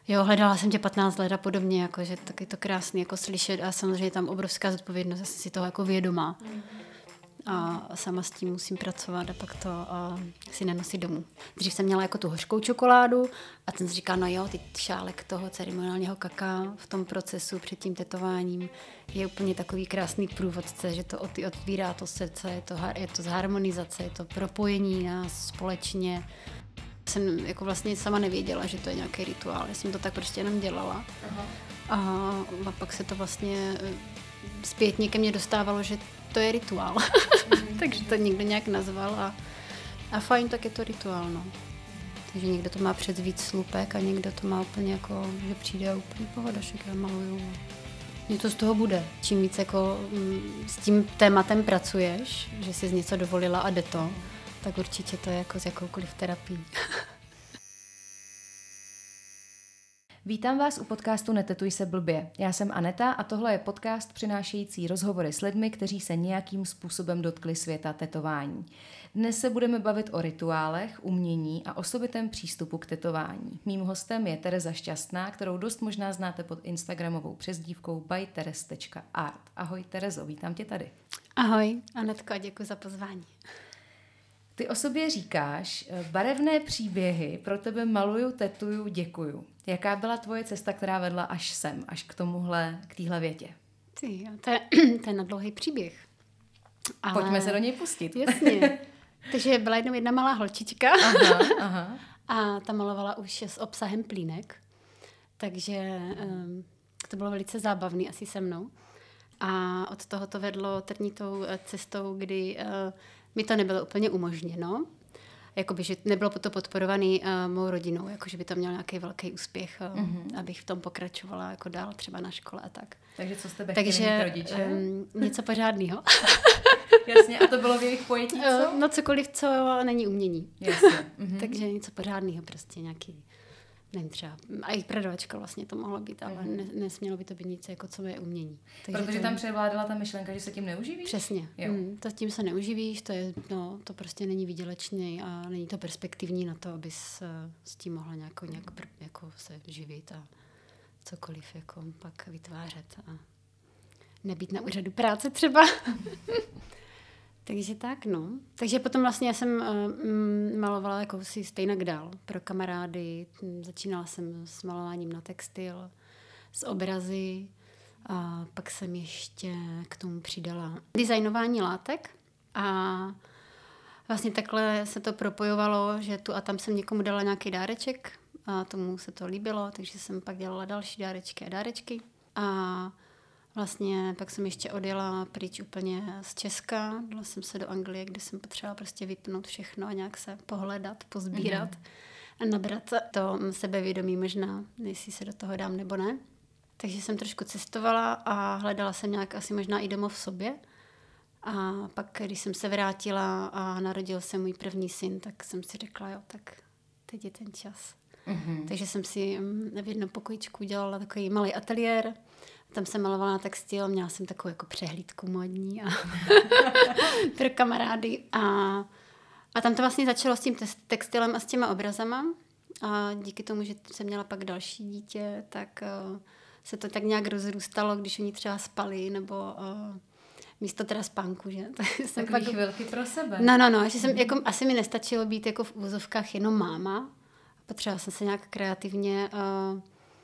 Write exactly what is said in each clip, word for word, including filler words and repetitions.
Jo, hledala jsem tě patnáct let a podobně, jako, že taky to krásný jako slyšet a samozřejmě tam obrovská zodpovědnost, já jsem si toho jako vědomá. A sama s tím musím pracovat a pak to a si nenosit domů. Dřív jsem měla jako tu hořkou čokoládu a ten si říká, no jo, ty šálek toho ceremoniálního kaká v tom procesu před tím tetováním je úplně takový krásný průvodce, že to otvírá to srdce, je to, je to zharmonizace, je to propojení nás společně. Jsem jako vlastně sama nevěděla, že to je nějaký rituál, já jsem to tak prostě jenom dělala. Aha. A, a pak se to vlastně zpětně ke mně dostávalo, že to je rituál. Mm. Takže to někdo nějak nazval a, a fajn, tak je to rituál, no. Takže někdo to má přes víc slupek a někdo to má úplně jako, že přijde úplně pohoda, že já maluju. Něco z toho bude. Čím víc jako m, s tím tématem pracuješ, že jsi něco dovolila a jde to, tak určitě to je jako s jakoukoliv terapií. Vítám vás u podcastu Netetuj se blbě. Já jsem Aneta a tohle je podcast přinášející rozhovory s lidmi, kteří se nějakým způsobem dotkli světa tetování. Dnes se budeme bavit o rituálech, umění a osobitém přístupu k tetování. Mým hostem je Tereza Šťastná, kterou dost možná znáte pod instagramovou přezdívkou by teres tečka art. Ahoj Terezo, vítám tě tady. Ahoj Anetko a děkuji za pozvání. Ty o sobě říkáš, barevné příběhy, pro tebe maluju, tetuju, děkuju. Jaká byla tvoje cesta, která vedla až sem, až k tomuhle, k téhle větě? Ty, to je, to je na dlouhý příběh. Ale... Pojďme se do něj pustit. Jasně. Takže byla jednou jedna malá holčička aha, aha. a ta malovala už s obsahem plínek, takže um, to bylo velice zábavný asi se mnou. A od toho to vedlo trnitou cestou, kdy uh, mi to nebylo úplně umožněno. Jakoby, že nebylo to podporované uh, mou rodinou, jakože by to měl nějaký velký úspěch, uh, mm-hmm. abych v tom pokračovala jako dál třeba na škole a tak. Takže co jste Takže rodiče? Um, něco pořádného. Jasně, a to bylo v jejich pojetí, co? Uh, no cokoliv, co není umění. Jasně. Mm-hmm. Takže něco pořádného, prostě nějaký, nevím třeba, a i prodavačka vlastně to mohlo být, ale mm-hmm. ne, nesmělo by to být nic, jako co je umění. Takže Protože to... tam převládala ta myšlenka, že se tím neuživíš? Přesně. Mm, to tím se neuživíš, to, je, no, to prostě není výdělečný a není to perspektivní na to, abys s tím mohla nějako, nějak jako se živit a cokoliv jako pak vytvářet a nebýt na úřadu práce třeba. Takže tak, no. Takže potom vlastně jsem uh, malovala jako si stejnak dál pro kamarády. Začínala jsem s malováním na textil, s obrazy a pak jsem ještě k tomu přidala designování látek a vlastně takhle se to propojovalo, že tu a tam jsem někomu dala nějaký dáreček a tomu se to líbilo, takže jsem pak dělala další dárečky a dárečky a vlastně pak jsem ještě odjela pryč úplně z Česka, dala jsem se do Anglie, kde jsem potřebovala prostě vypnout všechno a nějak se pohledat, pozbírat mm. a nabrat to sebevědomí možná, jestli se do toho dám nebo ne. Takže jsem trošku cestovala a hledala jsem nějak asi možná i domov v sobě. A pak, když jsem se vrátila a narodil se můj první syn, tak jsem si řekla, jo, tak teď je ten čas. Mm-hmm. Takže jsem si v jednom pokojičku dělala takový malý ateliér. Tam jsem malovala na textil, měla jsem takovou jako přehlídku modní a pro kamarády. A, a tam to vlastně začalo s tím textilem a s těma obrazama. A díky tomu, že jsem měla pak další dítě, tak uh, se to tak nějak rozrůstalo, když oni třeba spali, nebo uh, místo teda spánku, že? Takový pak... chvilky pro sebe. No, no, no, že jsem, jako, asi mi nestačilo být jako v úzovkách jenom máma. Potřebovala jsem se nějak kreativně... Uh,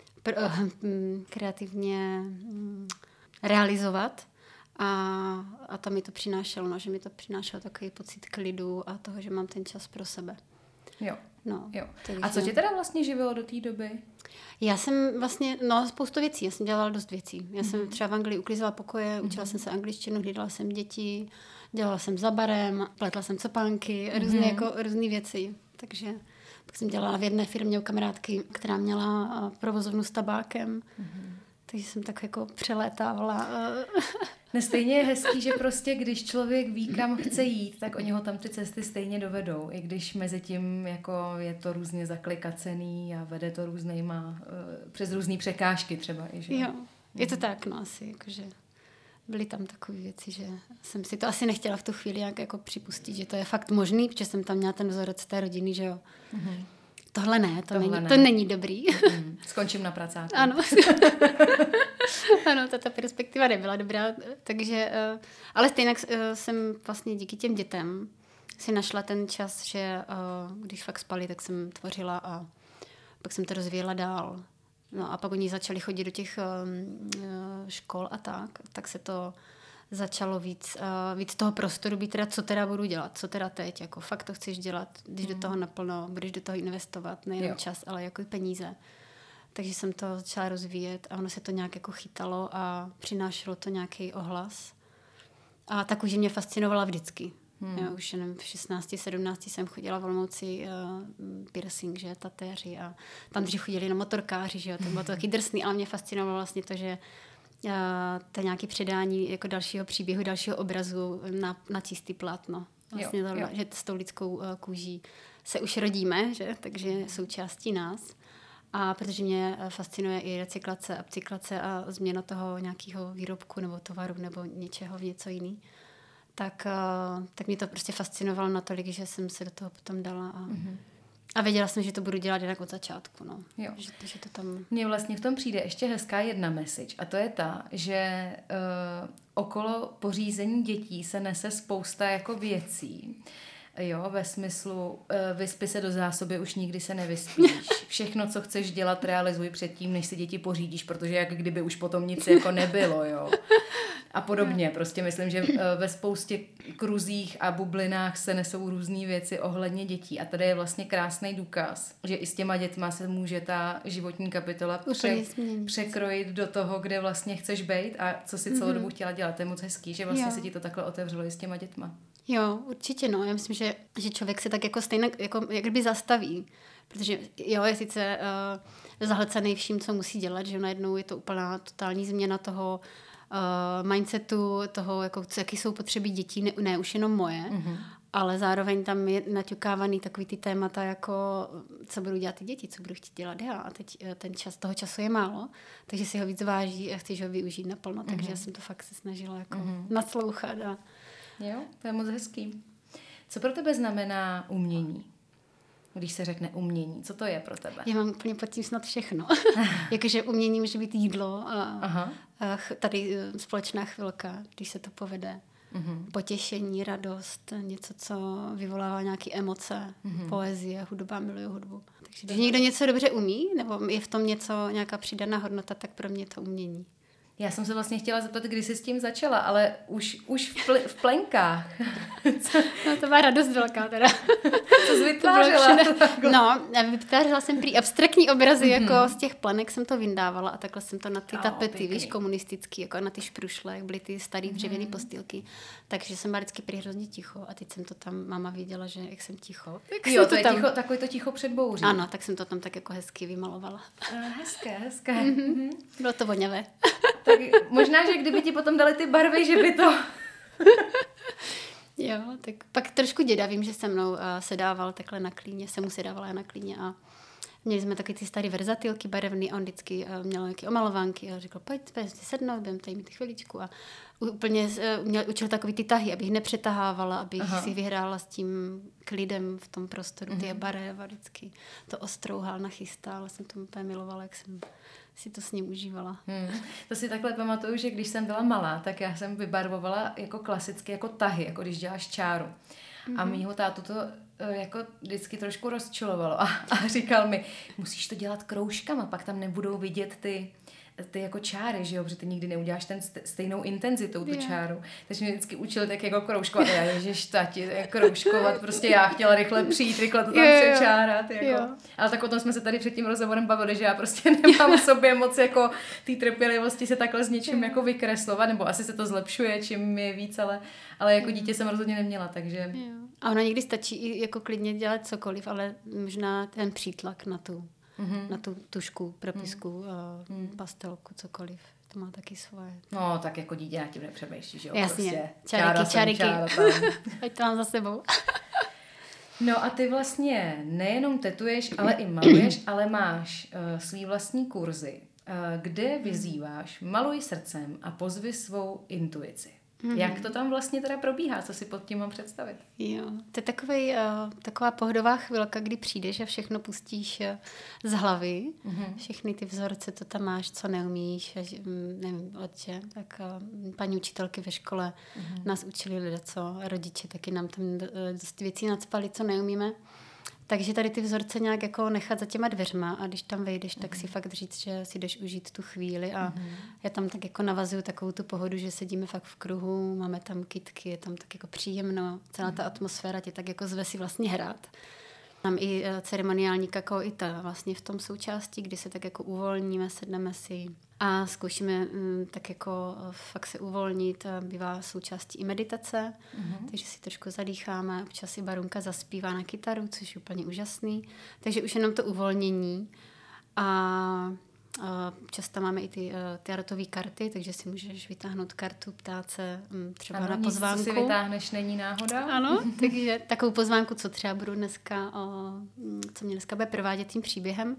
kreativně realizovat a, a to mi to přinášelo, no, že mi to přinášelo takový pocit klidu a toho, že mám ten čas pro sebe. Jo. No, jo. Takže... A co tě teda vlastně živilo do té doby? Já jsem vlastně, no spoustu věcí, já jsem dělala dost věcí. Já mm-hmm. jsem třeba v Anglii uklízela pokoje, mm-hmm. učila jsem se angličtinu, hlídala jsem děti, dělala jsem za barem, pletla jsem copánky, mm-hmm. různé jako, různé věci, takže... Pak jsem dělala v jedné firmě u kamarádky, která měla provozovnu s tabákem. Mm-hmm. Takže jsem tak jako přelétávala. Stejně je hezký, že prostě když člověk ví, kam chce jít, tak oni ho tam ty cesty stejně dovedou. I když mezi tím jako je to různě zaklikacený a vede to různýma, přes různý překážky třeba. I, že? Jo, je to tak, no asi, jakože byly tam takové věci, že jsem si to asi nechtěla v tu chvíli nějak jako připustit, že to je fakt možný, protože jsem tam měla ten vzorec té rodiny, že jo. Mm-hmm. tohle ne, to, tohle není, ne. to není dobrý. Mm, skončím na pracáku. Ano. Ano, tato perspektiva nebyla dobrá, takže, uh, ale stejně uh, jsem vlastně díky těm dětem si našla ten čas, že uh, když fakt spali, tak jsem tvořila a pak jsem to rozvíjela dál. No a pak oni začali chodit do těch um, škol a tak, tak se to začalo víc, uh, víc toho prostoru být teda, co teda budu dělat, co teda teď, jako fakt to chceš dělat, když mm. do toho naplno, budeš do toho investovat, nejen jo. čas, ale jako i peníze. Takže jsem to začala rozvíjet a ono se to nějak jako chytalo a přinášelo to nějaký ohlas. A tak už mě fascinovala vždycky. Hmm. Já už jenom v šestnácti, sedmnácti jsem chodila v Olomouci uh, piercing, že, tatéři a tam dřív chodili na motorkáři, že jo, to bylo to taky drsný, ale mě fascinovalo vlastně to, že uh, to nějaké předání jako dalšího příběhu, dalšího obrazu na, na čistý plátno. Vlastně jo, to, jo. že s tou lidskou uh, kůží se už rodíme, že, takže je součástí nás. A protože mě fascinuje i recyklace, upcyklace a změna toho nějakého výrobku nebo tovaru nebo něčeho v něco jiný, tak, tak mě to prostě fascinovalo natolik, že jsem se do toho potom dala a, mm-hmm. a věděla jsem, že to budu dělat jinak od začátku. No. Jo. Že, že to tam... Mně vlastně v tom přijde ještě hezká jedna message a to je ta, že uh, okolo pořízení dětí se nese spousta jako věcí. Jo, ve smyslu, uh, vyspí se do zásoby, už nikdy se nevyspíš. Všechno, co chceš dělat, realizuj předtím, než si děti pořídíš, protože jak kdyby už potom nic jako nebylo, jo. A podobně. Prostě myslím, že uh, ve spoustě kruzích a bublinách se nesou různý věci ohledně dětí. A tady je vlastně krásný důkaz, že i s těma dětma se může ta životní kapitola pře- překrojit do toho, kde vlastně chceš být a co si celou mm-hmm. dobu chtěla dělat. To je moc hezký, že vlastně jo. se ti to takhle otevřelo i s těma dětma. Jo, určitě, no. Já myslím, že, že člověk se tak jako stejně, jako, jak kdyby zastaví. Protože jo, je sice uh, zahlcený vším, co musí dělat, že najednou je to úplná totální změna toho uh, mindsetu, toho, jako, co, jaký jsou potřeby dětí, ne, ne už jenom moje, mm-hmm. ale zároveň tam je naťukávaný takový ty témata, jako co budu dělat ty děti, co budu chtít dělat já. A teď ten čas, toho času je málo, takže si ho víc váží a chceš ho využít naplno. Mm-hmm. Takže já jsem to fakt se snažila jako mm-hmm. naslouchat a jo, to je moc hezký. Co pro tebe znamená umění? Když se řekne umění, co to je pro tebe? Já mám úplně pod tím snad všechno. Jakože umění může být jídlo a, a tady společná chvilka, když se to povede. Uh-huh. Potěšení, radost, něco, co vyvolává nějaké emoce, uh-huh. poezie, hudba, miluju hudbu. Takže když někdo něco dobře umí, nebo je v tom něco, nějaká přidaná hodnota, tak pro mě je to umění. Já jsem se vlastně chtěla zeptat, kdy jsi s tím začala, ale už, už v, pl- v plenkách. No to má radost velká teda. Co jsi vytvářela? No, vytvářela jsem prý abstraktní obrazy, mm-hmm. jako z těch plenek jsem to vyndávala a takhle jsem to na ty oh, tapety, pěkný. Víš, komunistický, jako na ty šprušle, jak byly ty starý dřevěný mm-hmm. postýlky. Takže jsem byla vždycky prý hrozně ticho a teď jsem to tam, máma viděla, že jak jsem ticho. Jo, to je tam... ticho, takový to ticho před bouří. Ano, tak jsem to tam tak jako hezky vymalovala. Uh, hezké, hezké. Mm-hmm. Bylo to voňavé. Tak možná, že kdyby ti potom dali ty barvy, že by to... Jo, tak pak trošku děda, vím, že se mnou uh, sedával takhle na klíně, se mu sedávala na klíně a měli jsme taky ty staré verzatilky barevný a on vždycky uh, měl nějaké omalovánky a řekl, pojď, pojď si sednout, budeme tady mít chviličku a úplně uh, měl, učil takový ty tahy, abych nepřetahávala, abych Aha. si vyhrála s tím klidem v tom prostoru, ty barev a vždycky to ostrouhal, nachystal, jsem to úplně milovala, jak jsem si to s ním užívala. Hmm. To si takhle pamatuju, že když jsem byla malá, tak já jsem vybarvovala jako klasicky, jako tahy, jako když děláš čáru. Mm-hmm. A mýho tátu to jako vždycky trošku rozčilovalo a, a říkal mi, musíš to dělat kroužkama, pak tam nebudou vidět ty ty jako čáry, že jo, protože ty nikdy neuděláš ten stejnou intenzitou tu yeah. čáru. Takže mě vždycky učil tak jako kroužkovat. A já, ježiš, tati, kroužkovat, prostě já chtěla rychle přijít, rychle to tam yeah. přečárat. Jako. Yeah. Ale tak o tom jsme se tady před tím rozhovorem bavili, že já prostě nemám v sobě moc jako té trpělivosti se takhle s něčím yeah. jako vykreslovat, nebo asi se to zlepšuje, čím je víc, ale, ale jako dítě jsem rozhodně neměla, takže... Yeah. A ono někdy stačí i jako klidně dělat cokoliv, ale možná ten přítlak na tu Mm-hmm. na tu tušku, propisku, mm. uh, pastelku, cokoliv. To má taky svoje. No, tak jako dítě na tím nepřemýšlíš, že jo? Jasně, prostě. čáriky, čáriky. Ať to mám za sebou. No a ty vlastně nejenom tetuješ, ale i maluješ, ale máš uh, svý vlastní kurzy, uh, kde vyzýváš maluj srdcem a pozvi svou intuici. Mm-hmm. Jak to tam vlastně teda probíhá? Co si pod tím mám představit? Jo, to je takovej, uh, taková pohodová chvilka, kdy přijdeš a všechno pustíš uh, z hlavy. Mm-hmm. Všechny ty vzorce, to tam máš, co neumíš, a, um, nevím, odče. Tak uh, paní učitelky ve škole mm-hmm. nás učili ledaco, rodiče taky nám tam uh, dost věcí nacpali, co neumíme. Takže tady ty vzorce nějak jako nechat za těma dveřma a když tam vejdeš, tak mm-hmm. si fakt říct, že si jdeš užít tu chvíli a mm-hmm. já tam tak jako navazuju takovou tu pohodu, že sedíme fakt v kruhu, máme tam kytky, je tam tak jako příjemno, celá ta atmosféra tě tak jako zve si vlastně hrát. Mám i ceremoniální kakao i ta vlastně v tom součástí, kdy se tak jako uvolníme, sedneme si a zkoušíme m, tak jako fakt se uvolnit. Bývá součástí i meditace, mm-hmm. takže si trošku zadýcháme. Občas i Barunka zaspívá na kytaru, což je úplně úžasný. Takže už jenom to uvolnění. A často máme i ty tarotové karty, takže si můžeš vytáhnout kartu, ptát se třeba ano, na pozvánku. Ano, co si vytáhneš, není náhoda. Ano, takže takovou pozvánku, co třeba budu dneska, co mě dneska bude provádět tím příběhem.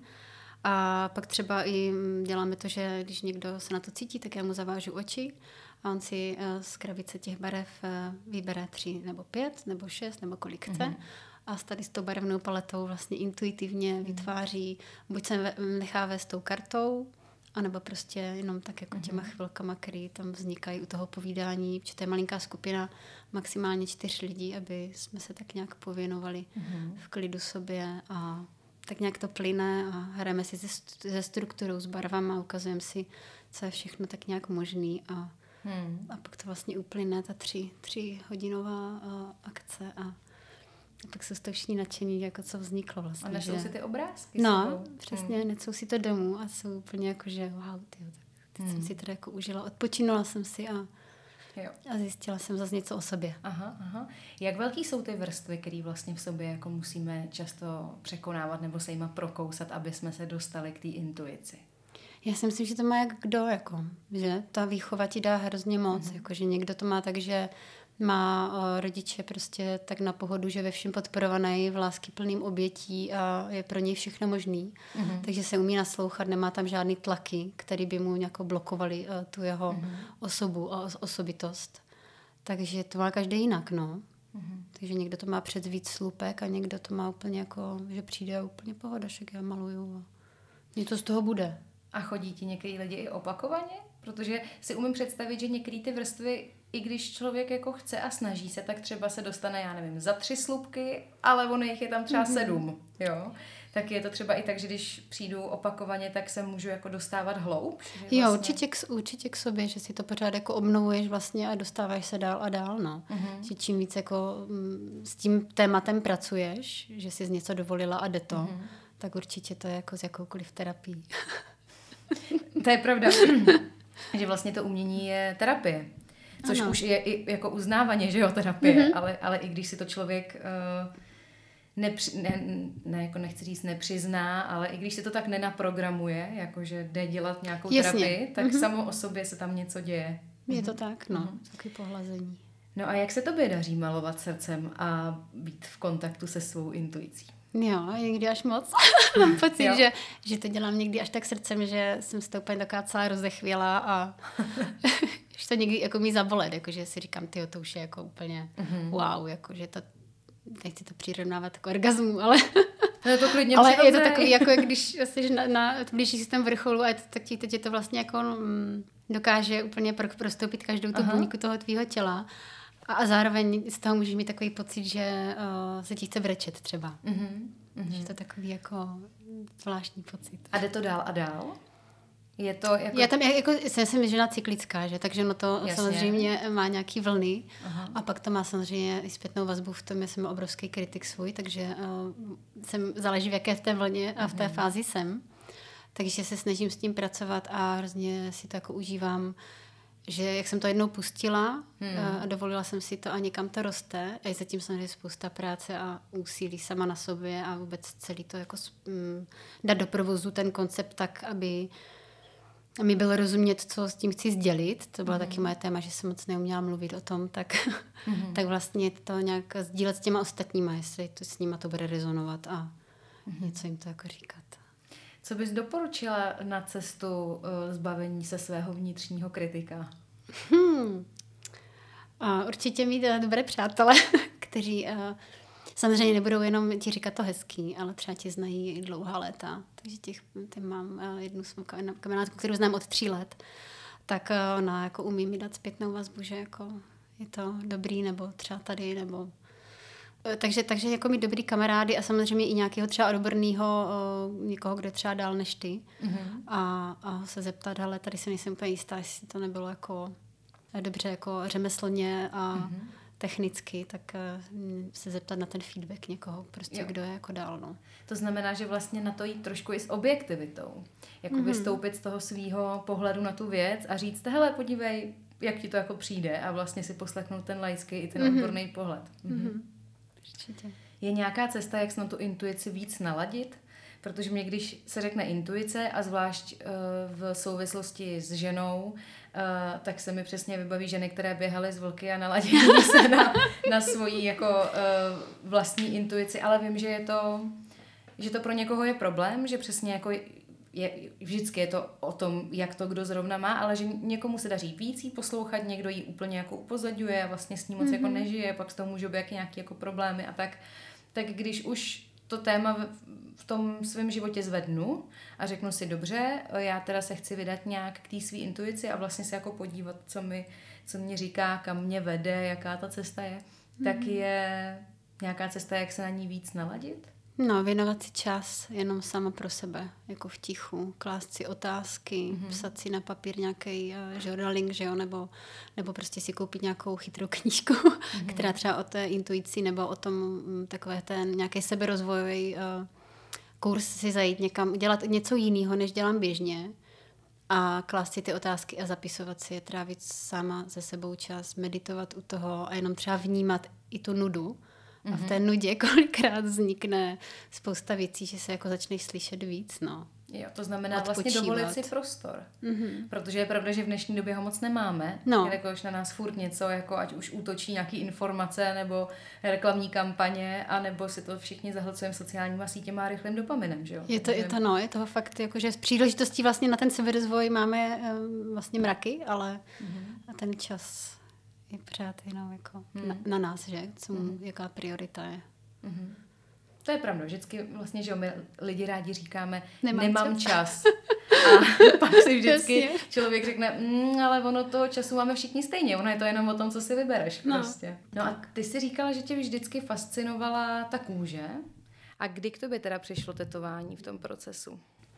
A pak třeba i děláme to, že když někdo se na to cítí, tak já mu zavážu oči a on si z krabice těch barev vybere tři nebo pět, nebo šest, nebo kolik chce. Mm-hmm. A tady s tou barevnou paletou vlastně intuitivně vytváří, buď se nechá vést tou kartou, anebo prostě jenom tak jako těma chvilkama, které tam vznikají u toho povídání, protože to je malinká skupina, maximálně čtyř lidí, aby jsme se tak nějak pověnovali v klidu sobě a tak nějak to plyne a hrajeme si se strukturou, s barvama a ukazujeme si, co je všechno tak nějak možný a, hmm. a pak to vlastně uplyne ta tři, tři hodinová uh, akce a A pak jsou strašně nadšení, jako co vzniklo vlastně. A nesou že... si ty obrázky? No, sebou. přesně, hmm. nesou si to domů a jsou úplně jako, že wow, tyjo, tak teď hmm. jsem si to jako užila. Odpočinula jsem si a, jo. a zjistila jsem zase něco o sobě. Aha, aha. Jak velký jsou ty vrstvy, které vlastně v sobě jako musíme často překonávat nebo se jima prokousat, aby jsme se dostali k té intuici? Já si myslím, že to má jak kdo, jako, že ta výchova ti dá hrozně moc, hmm. jako, že někdo to má tak, že má o, rodiče prostě tak na pohodu, že ve všem podporovaný, v lásky plným obětí a je pro něj všechno možný. Mm-hmm. Takže se umí naslouchat, nemá tam žádný tlaky, který by mu nějak blokovali uh, tu jeho mm-hmm. osobu a osobitost. Takže to má každý jinak, no. Mm-hmm. Takže někdo to má před víc slupek a někdo to má úplně jako, že přijde úplně pohoda, že já maluju a něco z toho bude. A chodí ti některý lidi i opakovaně? Protože si umím představit, že některé ty vrstvy, i když člověk jako chce a snaží se, tak třeba se dostane, já nevím, za tři slupky, ale ono jich je tam třeba mm-hmm. sedm, jo? Tak je to třeba i tak, že když přijdu opakovaně, tak se můžu jako dostávat hloub? Vlastně... Jo, určitě k, určitě k sobě, že si to pořád jako obnovuješ vlastně a dostáváš se dál a dál, no. Mm-hmm. Že čím víc jako m, s tím tématem pracuješ, že jsi z něco dovolila a jde to, mm-hmm. tak určitě to je jako s jakoukoliv terapií. To je pravda. Že vlastně to umění je terapie. Což ano. už je i jako uznávaně, že jo, terapie, mm-hmm. ale, ale i když si to člověk uh, nepři, ne, ne, jako nechci říct nepřizná, ale i když si to tak nenaprogramuje, jakože jde dělat nějakou Jasně. terapii, tak mm-hmm. samo o sobě se tam něco děje. Je to tak, no, mm-hmm. takový pohlazení. No a jak se tobě daří malovat srdcem a být v kontaktu se svou intuicí? Jo, někdy až moc. Mám pocit, že, že to dělám někdy až tak srdcem, že jsem si to úplně taková celá rozechvěla a že to někdy jako mi zabolet, jakože si říkám, tyjo, to už je jako úplně mm-hmm. wow, jakože to, nechci to přirovnávat jako orgazmu, ale, no to klidně ale je to takový, jako když jsi na, na blíží si ten vrcholu a je to, tak ti teď je to vlastně jako mm, dokáže úplně prostoupit každou tu buňku toho tvýho těla. A zároveň z toho můžeš mít takový pocit, že uh, se ti chce brečet třeba. Mm-hmm. Že to je takový jako zvláštní pocit. A jde to dál a dál? Je to jako... Já tam jako, jsem, jsem žena cyklická, že? Takže no to Jasně. samozřejmě má nějaký vlny. Aha. A pak to má samozřejmě i zpětnou vazbu v tom, já jsem obrovský kritik svůj, takže uh, jsem, záleží v jaké v té vlně a v té mm-hmm. fázi jsem. Takže se snažím s tím pracovat a hrozně si to jako užívám, že jak jsem to jednou pustila hmm. a dovolila jsem si to a někam to roste a je zatím samozřejmě spousta práce a úsilí sama na sobě a vůbec celý to jako um, dát do provozu ten koncept tak, aby mi bylo rozumět, co s tím chci sdělit. To bylo hmm. taky moje téma, že jsem moc neuměla mluvit o tom, tak, hmm. tak vlastně to nějak sdílet s těma ostatníma, jestli to s nima to bude rezonovat a hmm. něco jim to jako říkat. Co bys doporučila na cestu uh, zbavení se svého vnitřního kritika? Hmm. A určitě mít uh, dobré přátele, kteří uh, samozřejmě nebudou jenom ti říkat to hezký, ale třeba ti znají dlouhá léta. Takže těch, ty mám uh, jednu svou kamarádku, kterou znám od tří let, tak uh, ona jako umí mi dát zpětnou vazbu, že jako je to dobrý, nebo třeba tady, nebo Takže, takže jako mít dobrý kamarády a samozřejmě i nějakého třeba odborného někoho, kdo je třeba dál než ty. Mm-hmm. A, a se zeptat, ale tady si nejsem úplně jistá, jestli to nebylo jako dobře jako řemeslně a mm-hmm. technicky, tak se zeptat na ten feedback někoho, prostě jo. kdo je jako dál. No. To znamená, že vlastně na to jít trošku i s objektivitou. Jako mm-hmm. vystoupit z toho svýho pohledu na tu věc a říct, hele, podívej, jak ti to jako přijde a vlastně si poslechnout ten laický i ten mm-hmm. odborný pohled. Mm-hmm. Určitě. Je nějaká cesta, jak se na tu intuici víc naladit? Protože mě, když se řekne intuice a zvlášť uh, v souvislosti s ženou, uh, tak se mi přesně vybaví ženy, které běhaly z vlky a naladily se na, na svoji jako uh, vlastní intuici, ale vím, že je to, že to pro někoho je problém, že přesně jako je, vždycky je to o tom, jak to kdo zrovna má, ale že někomu se daří víc jí poslouchat, někdo jí úplně jako upozadňuje a vlastně s ní moc mm-hmm. jako nežije, pak z toho můžou být nějaké jako problémy a tak. Tak když už to téma v, v tom svém životě zvednu a řeknu si, dobře, já teda se chci vydat nějak k té svý intuici a vlastně se jako podívat, co mi, co mě říká, kam mě vede, jaká ta cesta je, mm-hmm. tak je nějaká cesta, jak se na ní víc naladit? No, věnovat si čas jenom sama pro sebe, jako v tichu, klást si otázky, mm-hmm. psat si na papír nějaký uh, journaling, že jo, nebo, nebo prostě si koupit nějakou chytrou knížku, mm-hmm. která třeba o té intuici nebo o tom um, takové ten nějaký seberozvojový uh, kurz si zajít někam, dělat něco jiného, než dělám běžně a klást si ty otázky a zapisovat si je, trávit sama se sebou čas, meditovat u toho a jenom třeba vnímat i tu nudu. A v té nudě kolikrát vznikne spousta věcí, že se jako začneš slyšet víc, no. Jo, to znamená vlastně dovolit si prostor. Mm-hmm. Protože je pravda, že v dnešní době ho moc nemáme. No. Jelikož na nás furt něco, jako ať už útočí nějaký informace, nebo reklamní kampaně, a nebo si to všichni zahlcujeme sociálníma sítěma a rychlým dopaminem, že jo? Je to, je to, no, je toho fakt, jako, že z příležitostí vlastně na ten seberozvoj máme um, vlastně mraky, ale mm-hmm. ten čas je pořád jenom jako hmm. na, na nás, že? Co, hmm. jaká priorita je. Hmm. To je pravda. Vždycky vlastně, že my lidi rádi říkáme nemám, nemám čas. čas. A pak si vždycky člověk řekne, mm, ale ono toho času máme všichni stejně. Ono je to jenom o tom, co si vybereš. No. Prostě. No a ty jsi říkala, že tě vždycky fascinovala ta kůže. A kdy k tobě teda přišlo tetování v tom procesu?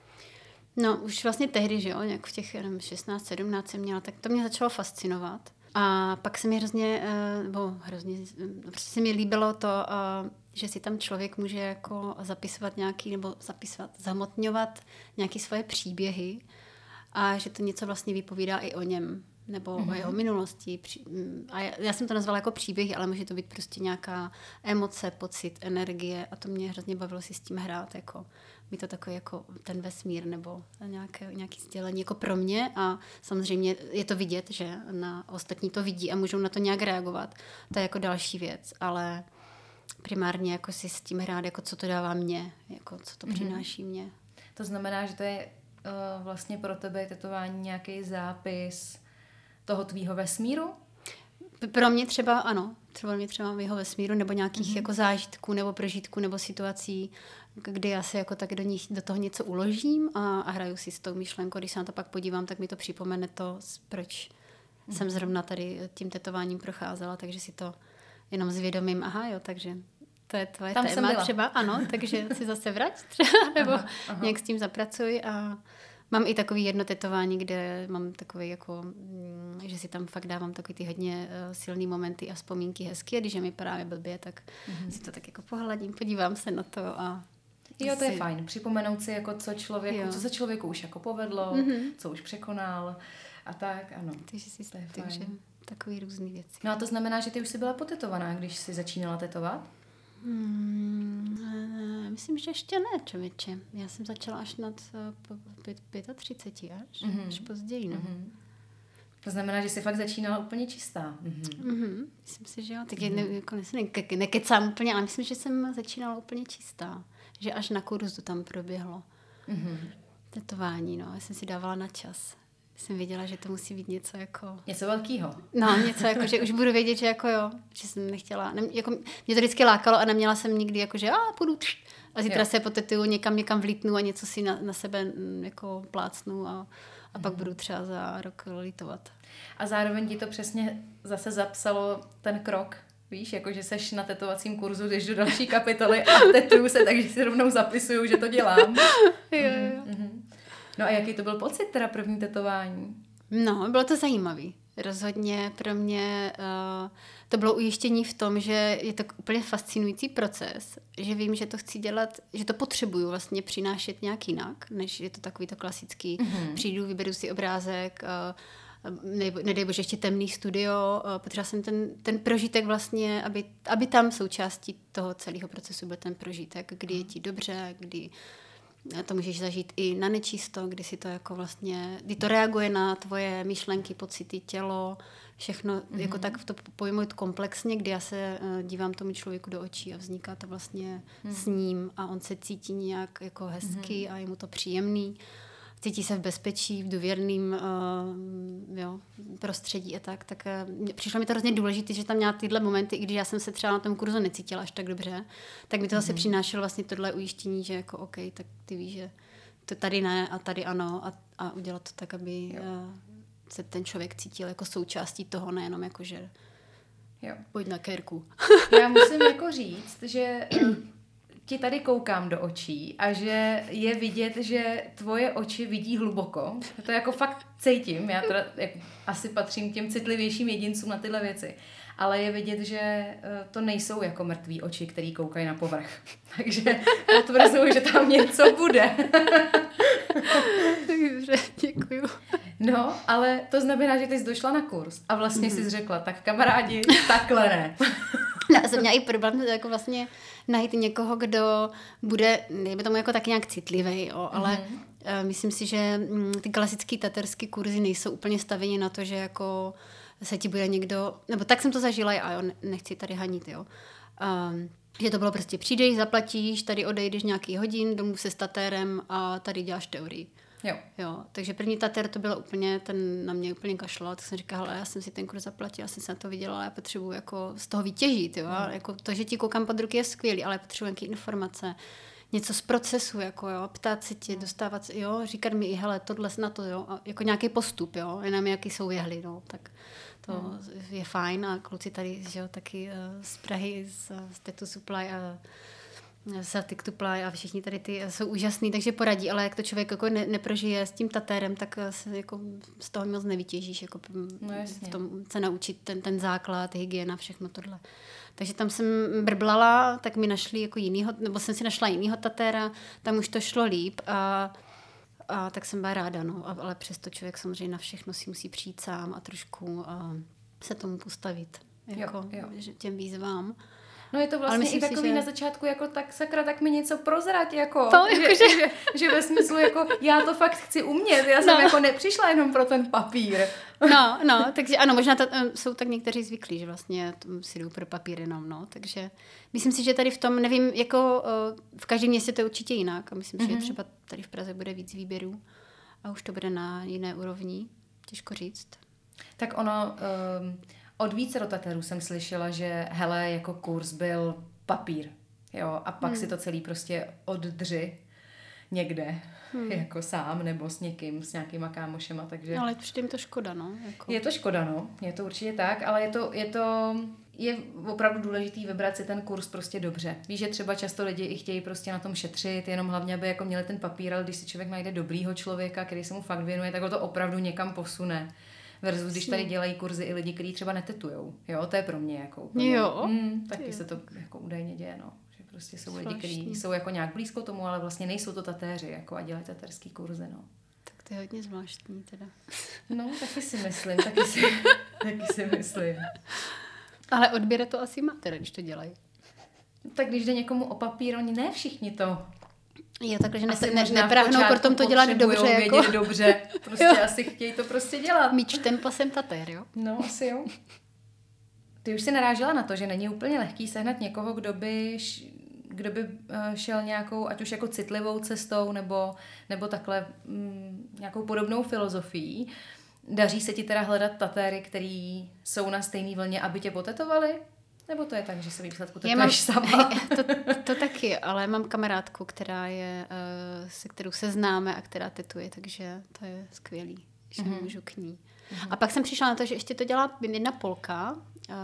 No už vlastně tehdy, že jo, nějak v těch šestnáct sedmnáct jsem měla, tak to mě začalo fascinovat. A pak se mi hrozně, nebo hrozně, prostě se mi líbilo to, že si tam člověk může jako zapisovat nějaký, nebo zapisovat, zamotňovat nějaké svoje příběhy a že to něco vlastně vypovídá i o něm, nebo mm-hmm. o jeho minulosti. A já jsem to nazvala jako příběhy, ale může to být prostě nějaká emoce, pocit, energie a to mě hrozně bavilo si s tím hrát, jako mít to takový jako ten vesmír nebo nějaké, nějaké sdělení jako pro mě a samozřejmě je to vidět, že na ostatní to vidí a můžou na to nějak reagovat. To je jako další věc, ale primárně jako si s tím hrát, jako co to dává mně, jako co to přináší mm-hmm. mně. To znamená, že to je uh, vlastně pro tebe tetování nějaký zápis toho tvýho vesmíru? Pro mě třeba ano, třeba mě třeba jeho vesmíru nebo nějakých mm-hmm. jako zážitků nebo prožitků nebo situací, kdy já se jako tak do, nich, do toho něco uložím a, a hraju si s tou myšlenkou. Když se na to pak podívám, tak mi to připomene to, proč mm-hmm. jsem zrovna tady tím tetováním procházela, takže si to jenom zvědomím, aha jo, takže to je tvoje tam téma třeba, ano, takže si zase vrať třeba, nebo aha, aha. nějak s tím zapracuj a mám i takový jedno tetování, kde mám takový jako, že si tam fakt dávám takový ty hodně uh, silný momenty a vzpomínky hezky a když je mi právě blbě, tak mm-hmm. si to tak jako pohladím, podívám se na to a jo, to si... je fajn. Připomenout si, jako co člověku, co se člověku už jako povedlo, mm-hmm. co už překonal a tak, ano. Takže si to je takže fajn. Takový různý věci. No a to znamená, že ty už jsi byla potetovaná, když jsi začínala tetovat? Hmm, myslím, že ještě ne, člověče. Já jsem začala až nad třicet pět až, mm-hmm. až později, no. Mm-hmm. To znamená, že jsi fakt začínala úplně čistá. Mm-hmm. Mm-hmm. Myslím si, že jo. Tak mm-hmm. ne, jako ne, nekecám úplně, ale myslím, že jsem začínala úplně čistá. Že až na kurzu tam proběhlo mm-hmm. tetování, no. Já jsem si dávala na čas. jsem věděla, že to musí být něco jako... Něco velkýho. No, něco jako, že už budu vědět, že jako jo, že jsem nechtěla, ne, jako, mě to vždycky lákalo a neměla jsem nikdy jako, že a půjdu tř, a zítra jo. se potetuju, někam někam vlítnu a něco si na, na sebe jako plácnu a, a pak budu třeba za rok litovat. A zároveň ti to přesně zase zapsalo ten krok, víš, jako že seš na tetovacím kurzu, jdeš do další kapitoly a tetuju se, takže si rovnou zapisuju, že to dělám. jo, jo. Mm-hmm. No a jaký to byl pocit teda první tetování? No, bylo to zajímavý. Rozhodně pro mě uh, to bylo ujištění v tom, že je to úplně fascinující proces, že vím, že to chci dělat, že to potřebuju vlastně přinášet nějak jinak, než je to takový to klasický, mm-hmm. přijdu, vyberu si obrázek, uh, ne, nedej bože ještě temný studio, uh, potřeba jsem ten, ten prožitek vlastně, aby, aby tam součástí toho celého procesu byl ten prožitek, kdy je ti dobře, kdy to můžeš zažít i na nečisto, kdy si to jako vlastně, kdy to reaguje na tvoje myšlenky, pocity, tělo, všechno mm-hmm. jako tak to pojmout komplexně, kdy já se uh, dívám tomu člověku do očí a vzniká to vlastně mm. s ním a on se cítí nějak jako hezky mm-hmm. a je mu to příjemný. Cítí se v bezpečí, v důvěrným uh, jo, prostředí a tak, tak uh, přišlo mi to hrozně důležité, že tam měla tyhle momenty, i když já jsem se třeba na tom kurzu necítila až tak dobře, tak mi to zase mm-hmm. přinášelo vlastně tohle ujištění, že jako OK, tak ty víš, že to tady ne a tady ano a, a udělat to tak, aby uh, se ten člověk cítil jako součástí toho, nejenom jako, že jo. pojď na kérku. Já musím jako říct, že ti tady koukám do očí a že je vidět, že tvoje oči vidí hluboko. To jako fakt cítím. Já teda jako asi patřím k těm citlivějším jedincům na tyhle věci. Ale je vidět, že to nejsou jako mrtví oči, který koukají na povrch. Takže potvrzuji, že tam něco bude. Dobře, děkuju. No, ale to znamená, že ty jsi došla na kurz a vlastně mm-hmm. jsi řekla, tak kamarádi, takhle ne. No, já jsem měla i problém jako vlastně najít někoho, kdo bude, dejme tomu jako tak nějak citlivý, jo, ale mm-hmm. uh, myslím si, že mm, ty klasické taterské kurzy nejsou úplně stavěny na to, že jako se ti bude někdo, nebo tak jsem to zažila a jo, nechci tady hanit, jo. Um, že to bylo prostě přijdeš, zaplatíš, tady odejdeš nějaký hodin, domů se s tatérem a tady děláš teorii. Jo. Jo, takže první tatér to bylo úplně, ten na mě úplně kašlal, tak jsem říkala, hele, já jsem si ten kurz zaplatila, já jsem se na to vydělala, já potřebuji jako z toho vytěžit, jo, mm. jako to, že ti koukám pod ruky je skvělý, ale potřebuji nějaké informace, něco z procesu, jako jo, ptát se tě, dostávat se, jo, říkat mi i, hele, tohle na to, jo, a jako nějaký postup, jo, jenom jaký jsou jehly, no, tak to mm. je fajn a kluci tady, že jo, taky uh, z Prahy, z, z Tattoo Supply a Celtic to Ply a všichni tady ty jsou úžasný, takže poradí, ale jak to člověk jako ne, neprožije s tím tatérem, tak se jako z toho moc nevytěžíš, jako no v tom se naučit ten, ten základ, hygiena, všechno tohle. Takže tam jsem brblala, tak mi našli jako jinýho, nebo jsem si našla jinýho tatéra, tam už to šlo líp a, a tak jsem byla ráda, no, ale přesto člověk samozřejmě na všechno si musí přijít sám a trošku a se tomu postavit, jako jo, jo. těm výzvám. No je to vlastně myslím i takový si, že... na začátku jako tak sakra, tak mi něco prozrať, jako, to, že, jako že... Že, že ve smyslu jako já to fakt chci umět, já jsem no. jako nepřišla jenom pro ten papír. No, no, takže ano, možná to, jsou tak někteří zvyklí, že vlastně si jdou pro papír jenom, no, takže myslím si, že tady v tom, nevím, jako v každém městě to je určitě jinak a myslím mm-hmm. si, že třeba tady v Praze bude víc výběrů a už to bude na jiné úrovni, těžko říct. Tak ono... Um... Od více rotatérů jsem slyšela, že hele, jako kurz byl papír, jo, a pak hmm. si to celý prostě oddři někde, hmm. jako sám, nebo s někým, s nějakýma kámošema, takže... No, ale přijde mi to škoda, no. Jako... Je to škoda, no, je to určitě tak, ale je to, je to, je opravdu důležitý vybrat si ten kurz prostě dobře. Víš, že třeba často lidi i chtějí prostě na tom šetřit, jenom hlavně, aby jako měli ten papír, ale když si člověk najde dobrýho člověka, který se mu fakt věnuje, tak ho to opravdu někam posune. Versus, když tady dělají kurzy i lidi, kteří třeba netetujou. Jo, to je pro mě jako úplně. Jo. Mm, taky jo. se to jako údajně děje, no. Že prostě jsou lidi, kteří jsou jako nějak blízko tomu, ale vlastně nejsou to tatéři, jako a dělají taterský kurzy, no. Tak to je hodně zvláštní teda. No, taky si myslím, taky si, taky si myslím. Ale odběre to asi má teda, když to dělají. Tak když jde někomu o papír, oni ne všichni to. Jo, takže ne, ne, neprahnou potom to dělat dobře. Jako... dobře. Prostě jo. asi chtějí to prostě dělat. Mít štempl jsem tatér, jo? No, asi jo. Ty už si narážela na to, že není úplně lehký sehnat někoho, kdo by, kdo by šel nějakou, ať už jako citlivou cestou, nebo, nebo takhle mm, nějakou podobnou filozofií. Daří se ti teda hledat tatéry, který jsou na stejné vlně, aby tě potetovali? Nebo to je tak, že se výsledku tetuješ sama? To, to taky, ale mám kamarádku, která je, se kterou se známe a která tetuje, takže to je skvělý, že mm-hmm. můžu k ní. Mm-hmm. A pak jsem přišla na to, že ještě to dělá jedna Polka.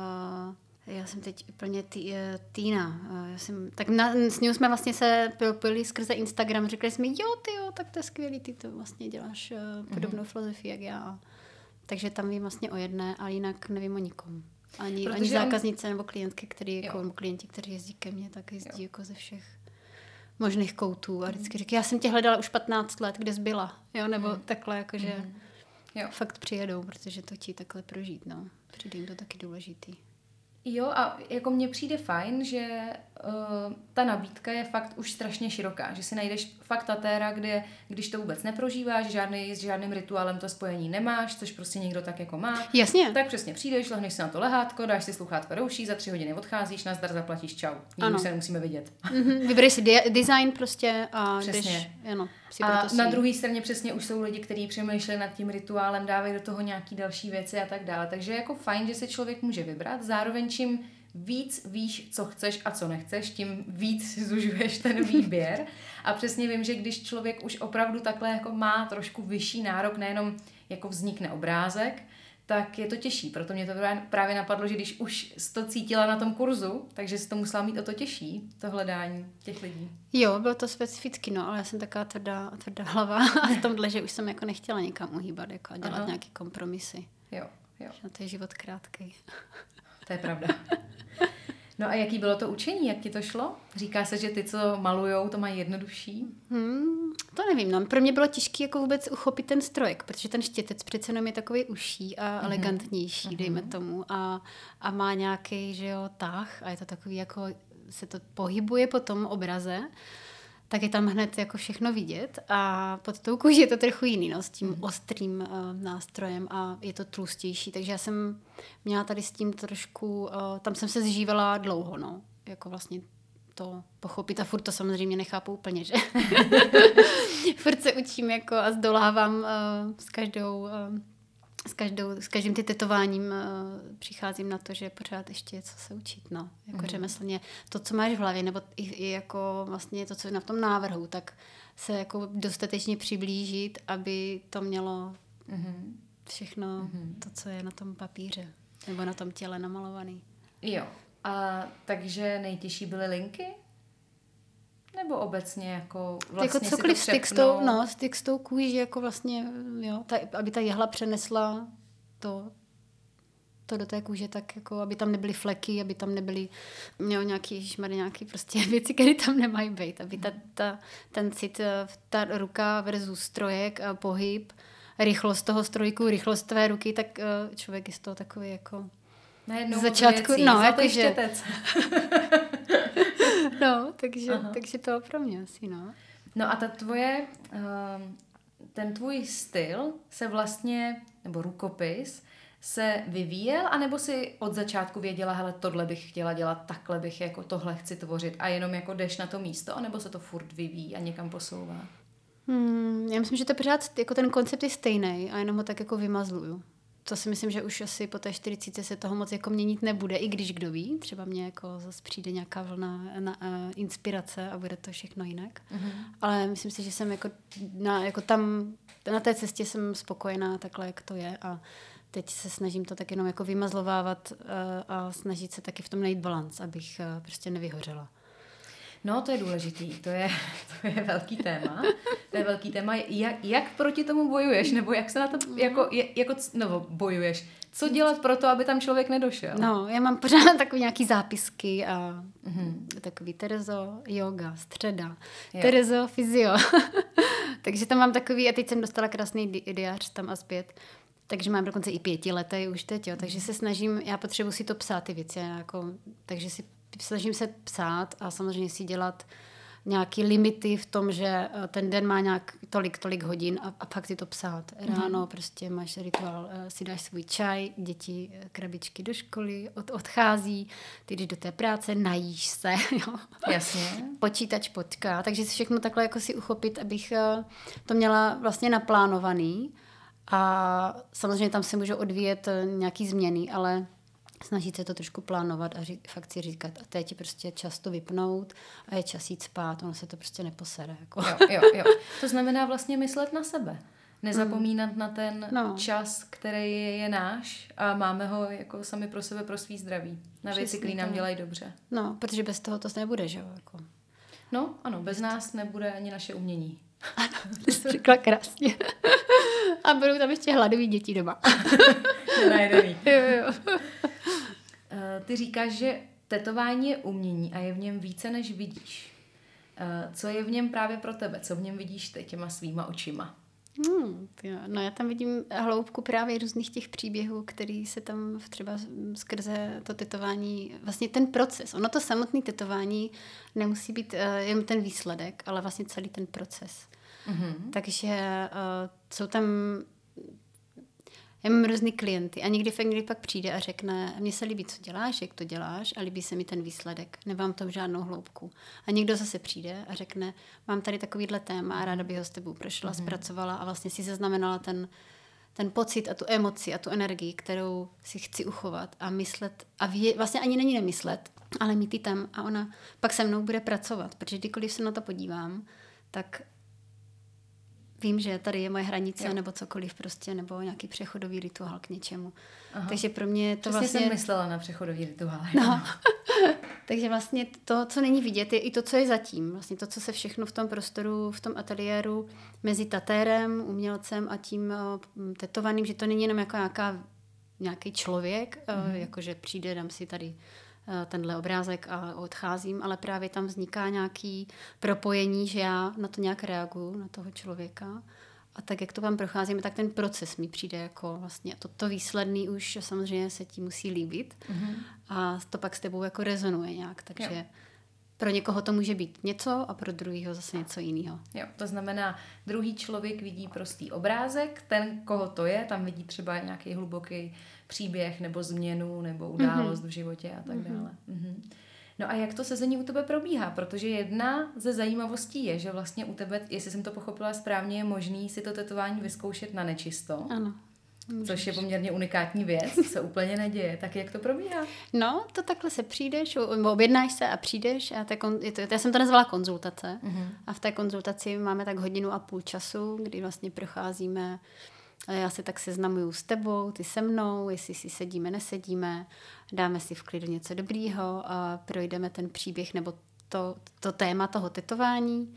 Já jsem teď úplně tý, Týna. Já jsem, tak na, s ní jsme vlastně se pili skrze Instagram. Řekli jsme, jo, ty jo, tak to je skvělý, ty to vlastně děláš podobnou mm-hmm. filozofii, jak já. Takže tam vím vlastně o jedné, ale jinak nevím o nikom. Ani, ani zákaznice nebo klientky, který, jako, klienti, kteří jezdí ke mně, tak jezdí jo. jako ze všech možných koutů. A vždycky říkají, já jsem tě hledala už patnáct let, kde jsi byla. Jo? Nebo mm. takhle, jakože mm. jo. fakt přijedou, protože to ti takhle prožít. No. Přijde jim to taky důležitý. Jo, a jako mně přijde fajn, že uh, ta nabídka je fakt už strašně široká, že si najdeš fakt tatéra, kde, když to vůbec neprožíváš, žádný, s žádným rituálem to spojení nemáš, což prostě někdo tak jako má. Jasně. Tak přesně přijdeš, lehneš si na to lehátko, dáš si sluchátko do uší, za tři hodiny odcházíš, nazdar, zaplatíš, čau. Nikdy se nemusíme vidět. Mm-hmm. Vybereš si di- design prostě a přesně. jdeš, ano, si a na druhé straně přesně už jsou lidi, kteří přemýšleli nad tím rituálem, dávají do toho nějaký další věci a tak dále. Takže je jako fajn, že se člověk může vybrat, zároveň čím víc víš, co chceš a co nechceš, tím víc si zužuješ ten výběr. A přesně vím, že když člověk už opravdu takhle jako má trošku vyšší nárok, nejenom jako vznikne obrázek, tak je to těžší. Proto mě to právě napadlo, že když už jsi to cítila na tom kurzu, takže jsi to musela mít o to těžší, to hledání těch lidí. Jo, bylo to specificky, no, ale já jsem taková tvrdá, tvrdá hlava a v tomhle, že už jsem jako nechtěla někam uhýbat jako a dělat Aha. nějaké kompromisy. Jo, jo. Na to je život krátkej. To je pravda. No a jaký bylo to učení? Jak ti to šlo? Říká se, že ty, co malujou, to mají jednodušší? Hmm, to nevím. No. Pro mě bylo těžké jako vůbec uchopit ten strojek, protože ten štětec přece jenom je takový užší a mm-hmm. elegantnější, mm-hmm. dejme tomu. A, a má nějaký, že jo, tah a je to takový, jako se to pohybuje po tom obraze, tak je tam hned jako všechno vidět a pod tou kůží je to trochu jiný, no, s tím mm. ostrým uh, nástrojem a je to tlustější, takže já jsem měla tady s tím trošku, uh, tam jsem se zžívala dlouho, no, jako vlastně to pochopit a furt to samozřejmě nechápu úplně, že? Furt se učím jako a zdolávám uh, s každou... Uh, S, každou, s každým ty tetováním uh, přicházím na to, že pořád ještě je co se učit, no. Jako mm. řemeslně to, co máš v hlavě, nebo i, i jako vlastně to, co je na tom návrhu, tak se jako dostatečně přiblížit, aby to mělo mm. všechno mm. to, co je na tom papíře, nebo na tom těle namalovaný. Jo. A takže nejtěžší byly linky? Nebo obecně jako vlastně jako cokoliv styk s tou, no, styk s tou kůží, jako vlastně, jo, ta, aby ta jehla přenesla to, to do té kůže, tak jako, aby tam nebyly fleky, aby tam nebyly jo, nějaký šmary, nějaký prostě věci, které tam nemají být, aby ta, ta, ten cit, ta ruka versus strojek, pohyb, rychlost toho strojku, rychlost tvé ruky, tak člověk je z toho takový jako najednou začátku, věcí, no, jako štětec. No, takže, takže to pro mě asi, no. No a ta tvoje, ten tvůj styl se vlastně, nebo rukopis, se vyvíjel, anebo si od začátku věděla, hele, tohle bych chtěla dělat, takhle bych, jako tohle chci tvořit a jenom jako jdeš na to místo, anebo se to furt vyvíjí a někam posouvá? Hmm, já myslím, že to pořád, jako ten koncept je stejný a jenom ho tak jako vymazluju. To si myslím, že už asi po té čtyřicítce se toho moc jako měnit nebude, i když kdo ví, třeba mě jako zase přijde nějaká vlna na, uh, inspirace a bude to všechno jinak. Mm-hmm. Ale myslím si, že jsem jako, na, jako tam, na té cestě jsem spokojená takhle, jak to je a teď se snažím to tak jenom jako vymazlovávat uh, a snažit se taky v tom najít balans, abych uh, prostě nevyhořela. No, to je důležitý, to je, to je velký téma. To je velký téma. Jak, jak proti tomu bojuješ? Nebo jak se na to jako, jako nebo bojuješ? Co dělat pro to, aby tam člověk nedošel? No, já mám pořád takový nějaký zápisky a mm-hmm. takový Terezo, yoga, středa, jo. Terezo, fyzio. Takže tam mám takový, a teď jsem dostala krásný di- diář tam a zpět. Takže mám dokonce i pětiletý už teď, jo. Takže se snažím, já potřebuji si to psát ty věci, jako, takže si snažím se psát a samozřejmě si dělat nějaký limity v tom, že ten den má nějak tolik, tolik hodin a, a pak si to psát. Ráno mm-hmm. prostě máš rituál, si dáš svůj čaj, děti, krabičky do školy, od, odchází, ty jdeš do té práce, najíš se, jo. Jasně. Počítač potká, takže si všechno takhle jako si uchopit, abych to měla vlastně naplánovaný a samozřejmě tam se můžou odvíjet nějaký změny, ale snažit se to trošku plánovat a řík, fakt si říkat, a teď je prostě čas to vypnout a je čas jít spát, ono se to prostě neposere. Jako. Jo, jo, jo. To znamená vlastně myslet na sebe. Nezapomínat mm. na ten no. čas, který je, je náš a máme ho jako sami pro sebe, pro svý zdraví. Na věci, které nám dělají dobře. No, protože bez toho to nebude, že jo? Jako. No, ano, bez nás nebude ani naše umění. Ano, to jsi řekla krásně. A budou tam ještě hladový děti doma. Nenajedený. Jo, jo. Ty říkáš, že tetování je umění a je v něm více, než vidíš. Co je v něm právě pro tebe? Co v něm vidíš ty těma svýma očima? Hmm, jo. No já tam vidím hloubku právě různých těch příběhů, který se tam třeba skrze to tetování, vlastně ten proces. Ono to samotné tetování nemusí být uh, jen ten výsledek, ale vlastně celý ten proces. Mm-hmm. Takže uh, jsou tam já mám různý klienty a někdy fakt někdy pak přijde a řekne, mně se líbí, co děláš, jak to děláš a líbí se mi ten výsledek. Nemám tam žádnou hloubku. A někdo zase přijde a řekne, mám tady takovýhle téma a ráda bych ho s tebou prošla, mm-hmm. zpracovala a vlastně si zaznamenala ten, ten pocit a tu emoci a tu energii, kterou si chci uchovat a myslet a vě, vlastně ani není nemyslet, ale mít ji tam a ona pak se mnou bude pracovat, protože kdykoliv se na to podívám, tak vím, že tady je moje hranice, jo. nebo cokoliv prostě, nebo nějaký přechodový rituál k něčemu. Aha. Takže pro mě to Přesně vlastně... jsem myslela na přechodový rituál. No. Takže vlastně to, co není vidět, je i to, co je zatím. Vlastně to, co se všechno v tom prostoru, v tom ateliéru mezi tatérem, umělcem a tím uh, tetovaným, že to není jenom jako nějaká, nějaký člověk, mm-hmm. uh, jakože přijde, dám si tady tenhle obrázek a odcházím, ale právě tam vzniká nějaký propojení, že já na to nějak reaguju, na toho člověka. A tak, jak to tam procházíme, tak ten proces mi přijde jako vlastně toto výsledný už samozřejmě se ti musí líbit mm-hmm. a to pak s tebou jako rezonuje nějak, takže jo. Pro někoho to může být něco a pro druhýho zase něco jiného. Jo, to znamená, druhý člověk vidí prostý obrázek, ten, koho to je, tam vidí třeba nějaký hluboký příběh nebo změnu nebo událost mm-hmm. v životě a tak mm-hmm. dále. Mm-hmm. No a jak to sezení u tebe probíhá? Protože jedna ze zajímavostí je, že vlastně u tebe, jestli jsem to pochopila správně, je možný si to tetování vyzkoušet na nečisto. Ano. Můžeš. Což je poměrně unikátní věc, se úplně neděje. Tak jak to probíhá? No, to takhle se přijdeš, objednáš se a přijdeš. A kon, je to, já jsem to nazvala konzultace. Uh-huh. A v té konzultaci máme tak hodinu a půl času, kdy vlastně procházíme, já se tak seznamuju s tebou, ty se mnou, jestli si sedíme, nesedíme, dáme si v klidu něco dobrýho a projdeme ten příběh nebo to, to téma toho tetování.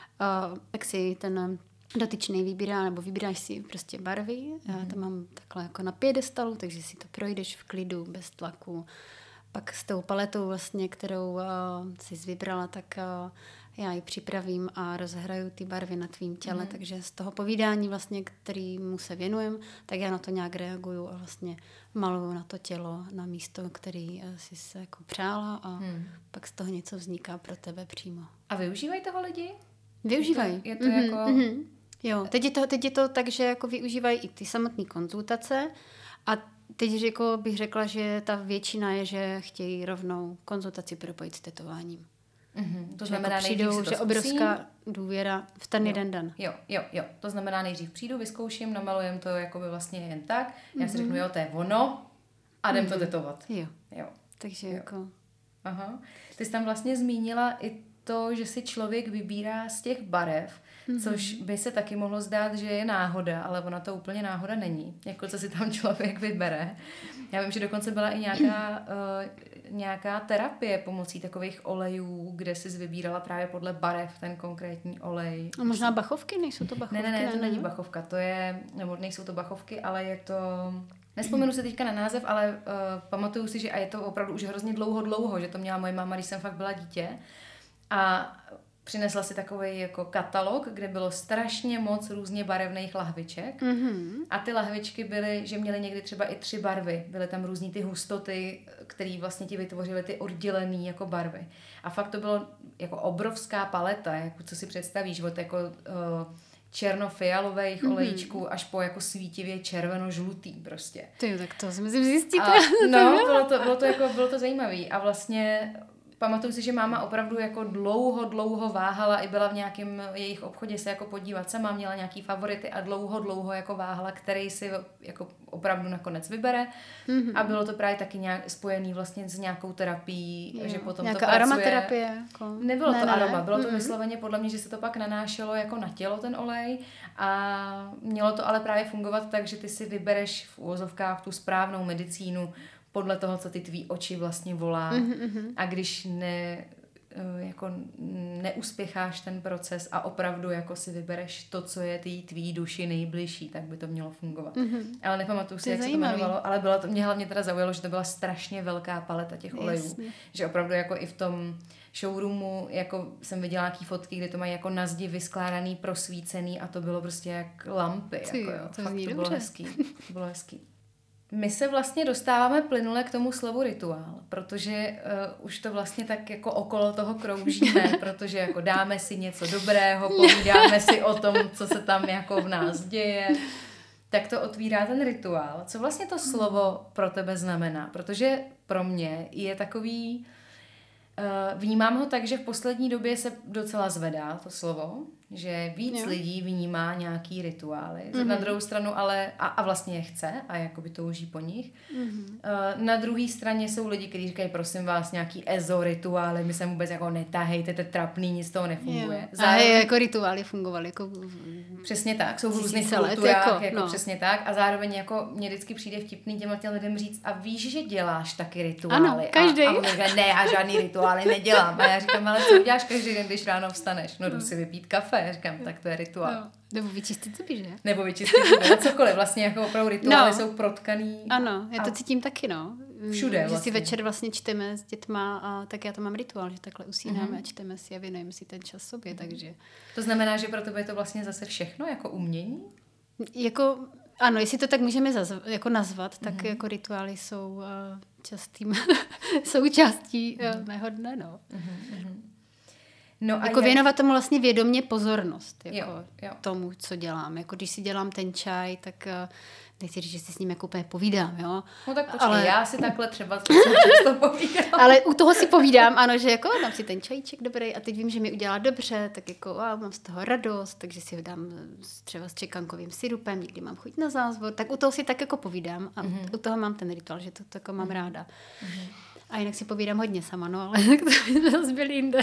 A tak si ten dotyčný vybírá, nebo vybíráš si prostě barvy. Mm-hmm. Já to mám takhle jako na piedestalu, takže si to projdeš v klidu, bez tlaku. Pak s tou paletou vlastně, kterou uh, jsi vybrala, tak uh, já ji připravím a rozhraju ty barvy na tvým těle, mm-hmm. takže z toho povídání vlastně, kterému se věnujem, tak já na to nějak reaguju a vlastně maluju na to tělo, na místo, který uh, jsi se jako přála a mm. pak z toho něco vzniká pro tebe přímo. A využívají toho lidi? Využívají. Je to, je to mm-hmm, jako... Mm-hmm. Jo, teď je, to, teď je to tak, že jako využívají i ty samotné konzultace a teď jako bych řekla, že ta většina je, že chtějí rovnou konzultaci propojit s tetováním. Mm-hmm. To že znamená, jako přijdou, nejdřív si to že obrovská důvěra v ten jo. jeden den. Jo, jo, jo. To znamená, nejdřív přijdu, vyzkouším, namalujem to jakoby vlastně jen tak. Já si mm-hmm. řeknu, jo, to je ono a jdem mm-hmm. to tetovat. Jo. jo. Takže jo. jako... Aha. Ty jsi tam vlastně zmínila i to, že si člověk vybírá z těch barev, mm-hmm. což by se taky mohlo zdát, že je náhoda, ale ona to úplně náhoda není. Jako co si tam člověk vybere. Já vím, že dokonce byla i nějaká, uh, nějaká terapie pomocí takových olejů, kde jsi vybírala právě podle barev ten konkrétní olej. A možná bachovky? Nejsou to bachovky? Ne, ne, ne, to není bachovka. To je, nebo nejsou to bachovky, ale je to... Nespomenu se teďka na název, ale uh, pamatuju si, že a je to opravdu už hrozně dlouho, dlouho, že to měla moje máma, když jsem fakt byla dítě. A přinesla si takový jako katalog, kde bylo strašně moc různě barevných lahviček. Mm-hmm. A ty lahvičky byly, že měly někdy třeba i tři barvy. Byly tam různý ty hustoty, které vlastně ti vytvořily ty oddělené jako barvy. A fakt to bylo jako obrovská paleta, jako co si představíš, od jako uh, černofialových mm-hmm. olejčků až po jako svítivě červeno-žlutý prostě. Ty, tak to si musím zjistit. A, no, bylo to, bylo to, jako, bylo to zajímavý. A vlastně pamatuju si, že máma opravdu jako dlouho, dlouho váhala i byla v nějakém jejich obchodě se jako podívat sama, měla nějaký favority a dlouho, dlouho jako váhala, který si jako opravdu nakonec vybere. Mm-hmm. A bylo to právě taky nějak spojený vlastně s nějakou terapií, jo. Že potom nějaká to pracuje. aromaterapie? Jako... Nebylo ne, to ne, aroma, bylo mm-hmm. to vysloveně podle mě, že se to pak nanášelo jako na tělo ten olej a mělo to ale právě fungovat tak, že ty si vybereš v úvozovkách tu správnou medicínu podle toho, co ty tvý oči vlastně volá. Mm-hmm. A když ne, jako neuspěcháš ten proces a opravdu jako si vybereš to, co je tý tvý duši nejbližší, tak by to mělo fungovat. Mm-hmm. Ale nepamatuju si, jak zajímavý. Se to jmenovalo, ale bylo to, mě hlavně teda zaujalo, že to byla strašně velká paleta těch olejů. Jasně. Že opravdu jako i v tom showroomu jako jsem viděla nějaký fotky, kde to mají jako na zdi vyskládaný, prosvícený a to bylo prostě jak lampy. Ty, jako, jo. To Fakt to bylo hezký. To bylo hezký. My se vlastně dostáváme plynule k tomu slovu rituál, protože uh, už to vlastně tak jako okolo toho kroužíme, protože jako dáme si něco dobrého, povídáme si o tom, co se tam jako v nás děje, tak to otvírá ten rituál. Co vlastně to slovo pro tebe znamená? Protože pro mě je takový, uh, vnímám ho tak, že v poslední době se docela zvedá to slovo, že víc jo. lidí vnímá nějaký rituály. Mm-hmm. Na druhou stranu ale, a, a vlastně je chce a jakoby touží po nich. Mm-hmm. Uh, na druhé straně jsou lidi, kteří říkají, prosím vás, nějaký ezo rituály, my se vůbec jako netahejte, to je trapný, nic toho nefunguje. Zároveň... A jako rituály fungovaly jako... Přesně tak, jsou v různých kulturách, jako, jako no. Přesně tak. A zároveň jako mě vždycky přijde vtipný těm těm lidem říct, a víš, že děláš taky rituály. Ano, každý. A, a on říká, ne, já žádný rituály nedělám. A já říkám, ale co děláš každý den, když ráno vstaneš? No, jdu si vypít kafe. Já říkám, tak to je rituál. No. Nebo vyčistit zuby, že? Nebo vyčistit zuby, cokoliv. Vlastně jako opravdu rituály no. jsou protkaný. Ano, já to cítím taky, no. Všude Že vlastně. si večer vlastně čteme s dětma a tak já to mám rituál, že takhle usínáme mm-hmm. a čteme si a věnujeme si ten čas sobě, mm-hmm. takže... To znamená, že pro tebe je to vlastně zase všechno jako umění? Jako, ano, jestli to tak můžeme zazv, jako nazvat, tak mm-hmm. jako rituály jsou uh, častým součástí uh, mm-hmm. mého dne, no. Mm-hmm. No a jako jak... věnovat tomu vlastně vědomě pozornost, jako jo, jo. tomu, co dělám. Jako když si dělám ten čaj, tak uh, nechci říct, že si s ním jako úplně povídám, jo. No tak počkej, ale... já si takhle třeba často povídám. Ale u toho si povídám, ano, že jako dám si ten čajíček dobrý a teď vím, že mi udělá dobře, tak jako a mám z toho radost, takže si ho dám třeba s čekankovým syrupem, někdy mám chuť na zázvor, tak u toho si tak jako povídám a mm-hmm. u toho mám ten rituál, že to, to jako mám mm-hmm. ráda. Mm-hmm. A jinak si povídám hodně sama, no, ale tak to by zase byl jinde.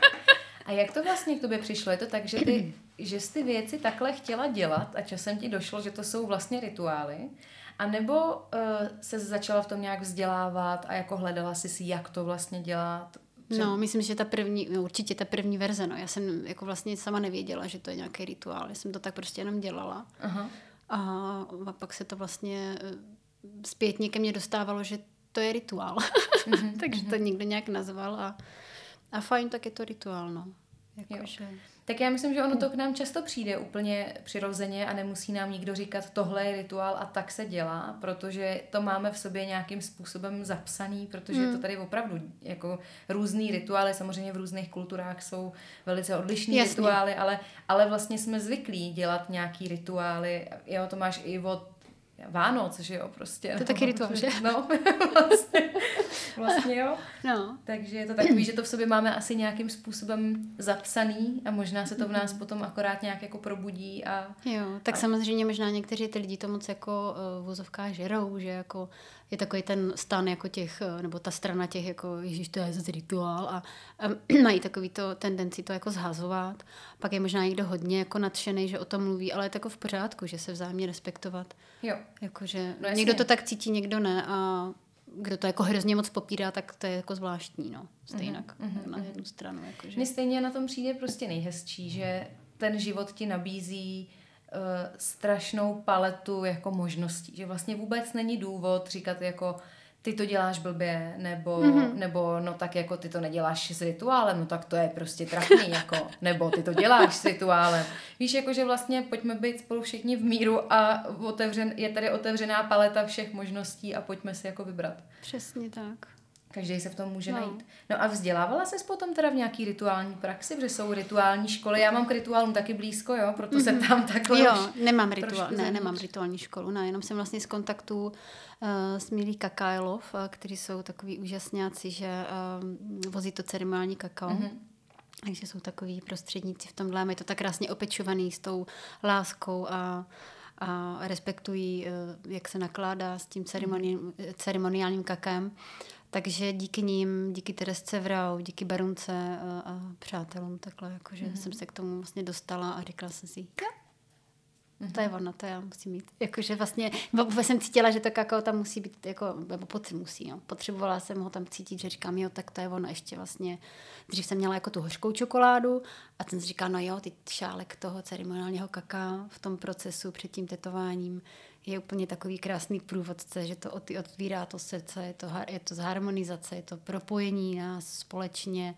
A jak to vlastně k tobě přišlo? Je to tak, že ty, že jsi ty věci takhle chtěla dělat a časem ti došlo, že to jsou vlastně rituály? A nebo uh, se začala v tom nějak vzdělávat a jako hledala jsi si, jak to vlastně dělat? Třeba... No, myslím, že ta první, no, určitě ta první verze, no. Já jsem jako vlastně sama nevěděla, že to je nějaký rituál. Já jsem to tak prostě jenom dělala. Aha. A, a pak se to vlastně zpětně ke mně dostávalo, že to je rituál. Mm-hmm, Takže mm-hmm. to někdo nějak nazval a A fajn, tak je to rituál, no. Jako, že... Tak já myslím, že ono to k nám často přijde úplně přirozeně a nemusí nám nikdo říkat, tohle je rituál a tak se dělá, protože to máme v sobě nějakým způsobem zapsaný, protože mm. to tady opravdu jako různý rituály, samozřejmě v různých kulturách jsou velice odlišný Jasně. rituály, ale, ale vlastně jsme zvyklí dělat nějaký rituály. Jo, to máš i od Vánoc, že jo, prostě. To je taky rituál, že? No, vlastně, vlastně jo. No. Takže je to takový, že to v sobě máme asi nějakým způsobem zapsaný a možná se to v nás potom akorát nějak jako probudí a... Jo, tak a... samozřejmě možná někteří ty lidi to moc jako v vozovkách žerou, že jako je takový ten stan jako těch, nebo ta strana těch jako ježiš, to je zase rituál a, a mají takový to tendenci to jako zhazovat. Pak je možná někdo hodně jako nadšený, že o tom mluví, ale je to jako v pořádku, že se vzájemně respektovat. Jo. Jakože no někdo to tak cítí, někdo ne a kdo to jako hrozně moc popírá, tak to je jako zvláštní, no. Stejnak mm-hmm. na jednu stranu. Jakože. Mně stejně na tom přijde prostě nejhezčí, že ten život ti nabízí uh, strašnou paletu jako možností, že vlastně vůbec není důvod říkat jako ty to děláš blbě, nebo, mm-hmm. nebo no tak jako ty to neděláš s rituálem, no tak to je prostě trapný, jako, nebo ty to děláš s rituálem. Víš, jako že vlastně pojďme být spolu všichni v míru a otevřen, je tady otevřená paleta všech možností a pojďme si jako vybrat. Přesně tak. Každý se v tom může no. najít. No a vzdělávala ses potom teda v nějaký rituální praxi, protože jsou rituální školy. Já mám k rituálům taky blízko, jo, proto mm-hmm. se tam takhle. Jo, nemám rituál, ne, nemám rituální školu, ne, jenom jsem vlastně z kontaktu uh, s Milí Kakailov, uh, kteří jsou takový úžasňáci, že uh, vozí to ceremoniální kakao. Mm-hmm. Takže jsou takový prostředníci v tomhle. Je to tak krásně opečovaný s tou láskou a a respektují, jak se nakládá s tím ceremoni- ceremoniálním kakem. Takže díky ním, díky Teresce Vrau, díky Barunce a, a přátelům takhle, jakože mm-hmm. jsem se k tomu vlastně dostala a říkala jsem si, jo, mm-hmm. to je ono, to já musím mít. Jakože vlastně, vůbec jsem cítila, že to kakao tam musí být, jako, nebo pocit musí, no. Potřebovala jsem ho tam cítit, že říkám, jo, tak to je ono ještě vlastně. Dřív jsem měla jako tu hořkou čokoládu a ten si říká, no jo, ty šálek toho ceremoniálního kakaa v tom procesu před tím tetováním je úplně takový krásný průvodce, že to otvírá to srdce, je to, je to zharmonizace, je to propojení nás společně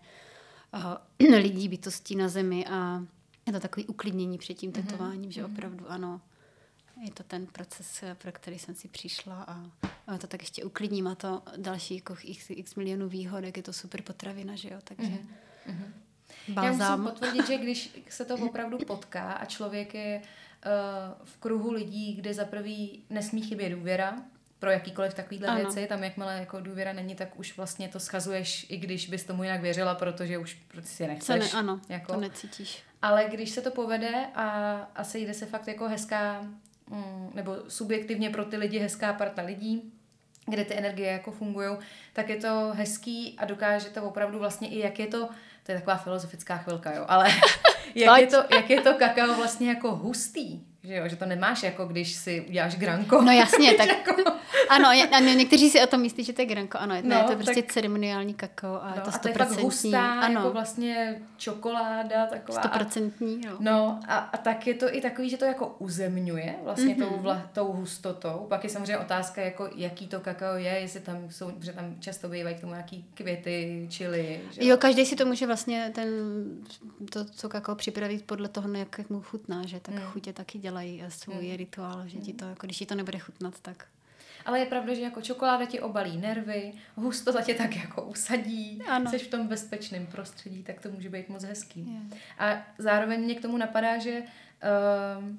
uh, lidí, bytostí na zemi a je to takový uklidnění před tím tetováním, mm-hmm. že opravdu ano, je to ten proces, pro který jsem si přišla a, a to tak ještě uklidním a to další jako x, x milionů výhodek, je to super potravina, že jo, takže mm-hmm. balzám. Já musím potvrdit, že když se to opravdu potká a člověk je uh, v kruhu lidí, kde za prvý nesmí chybět důvěra pro jakýkoliv takovýhle ano. věci, tam jakmile jako důvěra není, tak už vlastně to schazuješ, i když bys tomu jinak věřila, protože už prostě nechceš. Ne, ano, jako. to necítíš. Ale když se to povede a, a sejde se fakt jako hezká, mm, nebo subjektivně pro ty lidi hezká parta lidí, kde ty energie jako fungují, tak je to hezký a dokáže to opravdu vlastně i jak je to, to je taková filozofická chvilka, jo, ale jak, je to, jak je to kakao vlastně jako hustý, že jo, že to nemáš jako když si uděláš granko. No jasně, tak jako... ano, a někteří si o tom myslí, že to je granko, ano, no, je to prostě tak... ceremoniální kakao a no, je to sto procent. A to je fakt hustá, ano. jako vlastně čokoláda taková. Stoprocentní, jo. No a, a tak je to i takový, že to jako uzemňuje vlastně mm-hmm. tou, vla, tou hustotou. Pak je samozřejmě otázka, jako jaký to kakao je, jestli tam jsou, protože tam často bývají k tomu nějaký květy, čili. Že? Jo, každý si to může vlastně ten, to, co kakao připravit podle toho, jak, jak mu chutná, že tak mm. chutě taky dělají svůj mm. rituál, že ti to, jako když ti to nebude chutnat, tak... Ale je pravda, že jako čokoláda ti obalí nervy, hustota tě tak jako usadí, ano. Jsi v tom bezpečném prostředí, tak to může být moc hezký. Je. A zároveň mě k tomu napadá, že uh,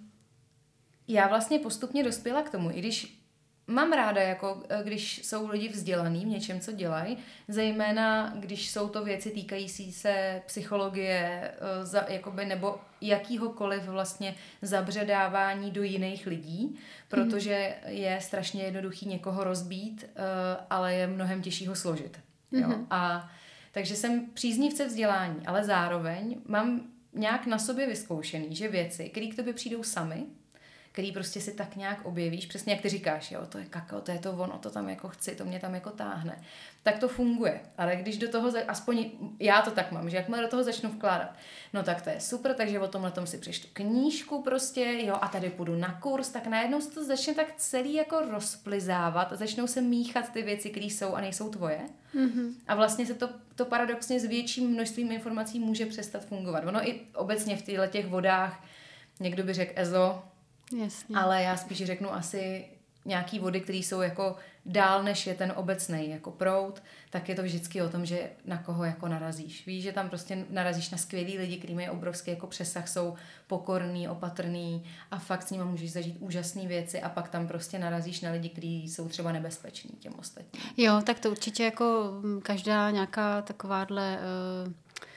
já vlastně postupně dospěla k tomu, i když mám ráda, jako když jsou lidi vzdělaný v něčem, co dělají, zejména když jsou to věci týkající se psychologie za, jakoby, nebo jakýhokoliv vlastně zabředávání do jiných lidí, protože je strašně jednoduchý někoho rozbít, ale je mnohem těžší ho složit. Jo? Mm-hmm. A takže jsem příznivce vzdělání, ale zároveň mám nějak na sobě vyzkoušený, že věci, které k tobě přijdou samy, který prostě si tak nějak objevíš, přesně jak ty říkáš, jo, to je kakao, to je to ono, to tam jako chci, to mě tam jako táhne. Tak to funguje, ale když do toho, aspoň já to tak mám, že jakmile do toho začnu vkládat, no tak to je super, takže o tomhle tom si přečtu knížku prostě, jo, a tady půjdu na kurz, tak najednou se to začne tak celý jako rozplizávat a začnou se míchat ty věci, které jsou a nejsou tvoje. Mm-hmm. A vlastně se to, to paradoxně s větším množstvím informací může přestat fungovat. Ono i obecně v těchto těch vodách, někdo by řekl ezo, jasně. Ale já spíš řeknu asi nějaký vody, které jsou jako dál, než je ten obecný jako proud, tak je to vždycky o tom, že na koho jako narazíš. Víš, že tam prostě narazíš na skvělý lidi, který mají obrovský jako přesah, jsou pokorný, opatrný a fakt s nimi můžeš zažít úžasné věci a pak tam prostě narazíš na lidi, kteří jsou třeba nebezpeční těm ostatním. Jo, tak to určitě jako každá nějaká takováhle... Uh...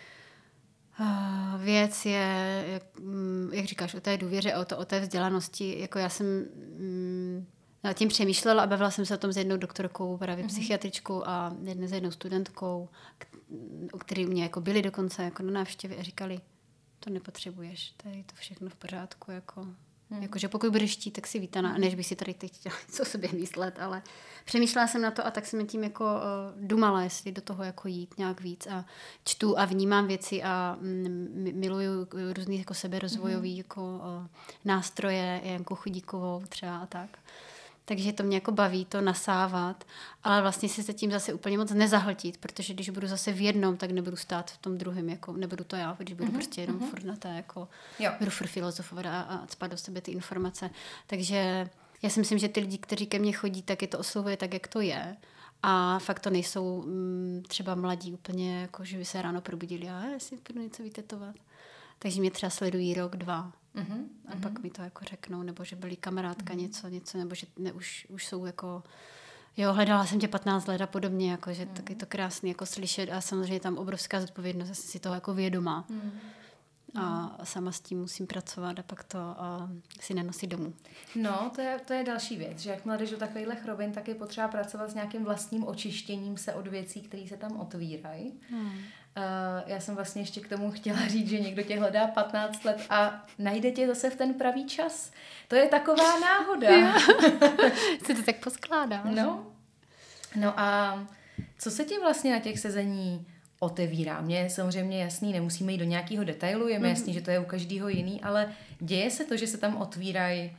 věc je, jak, jak říkáš, o té důvěře, o, to, o té vzdělanosti. Jako já jsem mm, nad tím přemýšlela a bavila jsem se o tom s jednou doktorkou, právě mm-hmm. psychiatričkou a jednou s jednou studentkou, o který mě jako byli dokonce jako na návštěvě a říkali, to nepotřebuješ, to je to všechno v pořádku. Jako, mm. jako, že pokud budeš chtít, tak si vítaná, než bych si tady teď chtěla něco sobě myslet, ale přemýšlela jsem na to a tak jsem tím jako uh, dumala, jestli do toho jako jít nějak víc a čtu a vnímám věci a mm, miluju různý jako seberozvojový mm. jako uh, nástroje, Janku Chudíkovou třeba a tak. Takže to mě jako baví to nasávat, ale vlastně si se tím zase úplně moc nezahltit, protože když budu zase v jednom, tak nebudu stát v tom druhém, jako nebudu to já, když budu mm-hmm. prostě jenom mm-hmm. furt na té, jako jo. budu furt filozofovat a, a cpat do sebe ty informace. Takže já si myslím, že ty lidi, kteří ke mně chodí, tak je to oslovuje tak, jak to je. A fakt to nejsou m, třeba mladí úplně, jako že by se ráno probudili a já si budu něco vytetovat. Takže mě třeba sledují rok, dva. Uh-huh, a uh-huh. pak mi to jako řeknou, nebo že byli kamarádka uh-huh. něco, něco, nebo že ne, už, už jsou jako, jo, hledala jsem tě patnáct let a podobně, jako, že uh-huh. tak je to krásný jako slyšet a samozřejmě tam obrovská zodpovědnost, já jsem si toho jako vědomá. Uh-huh. A sama s tím musím pracovat a pak to a si nenosit domů. No, to je, to je další věc, že jakmile jdeš do takových rovin, tak je potřeba pracovat s nějakým vlastním očištěním se od věcí, které se tam otvírají. Hmm. Uh, já jsem vlastně ještě k tomu chtěla říct, že někdo tě hledá patnáct let a najde tě zase v ten pravý čas. To je taková náhoda. Se to tak poskládá. No. No a co se ti vlastně na těch sezení otevírá? Mně je samozřejmě jasný, nemusíme jít do nějakého detailu, je mi mm. jasný, že to je u každého jiný, ale děje se to, že se tam otvírají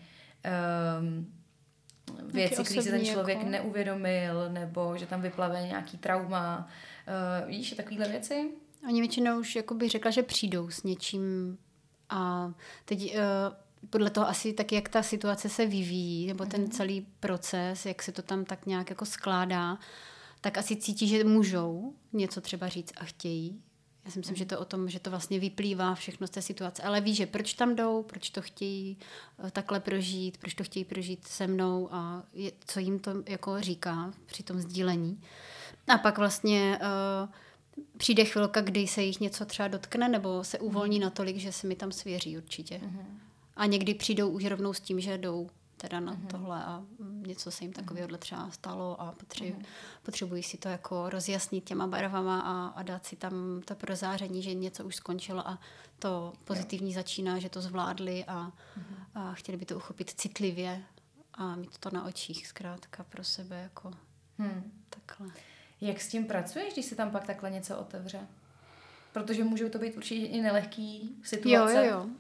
um, věci, které se ten člověk jako neuvědomil, nebo že tam vyplave nějaký trauma. Uh, víš, takovýhle věci? Oni většinou už jako bych řekla, že přijdou s něčím a teď uh, podle toho asi tak, jak ta situace se vyvíjí, nebo ten mm. celý proces, jak se to tam tak nějak jako skládá, tak asi cítí, že můžou něco třeba říct a chtějí. Já si myslím, mm. že to o tom, že to vlastně vyplývá všechno z té situace. Ale ví, že proč tam jdou, proč to chtějí takhle prožít, proč to chtějí prožít se mnou a je, co jim to jako říká při tom sdílení. A pak vlastně uh, přijde chvilka, kdy se jich něco třeba dotkne nebo se uvolní mm. natolik, že se mi tam svěří určitě. Mm. A někdy přijdou už rovnou s tím, že jdou teda na mm. tohle a něco se jim takového třeba stalo a potřebují, mm. potřebují si to jako rozjasnit těma barvama a, a dát si tam to prozáření, že něco už skončilo a to pozitivní jo. začíná, že to zvládli a, mm. a chtěli by to uchopit citlivě a mít to na očích zkrátka pro sebe jako hmm. takhle. Jak s tím pracuješ, když se tam pak takhle něco otevře? Protože můžou to být určitě i nelehký situace. Jo, jo, jo.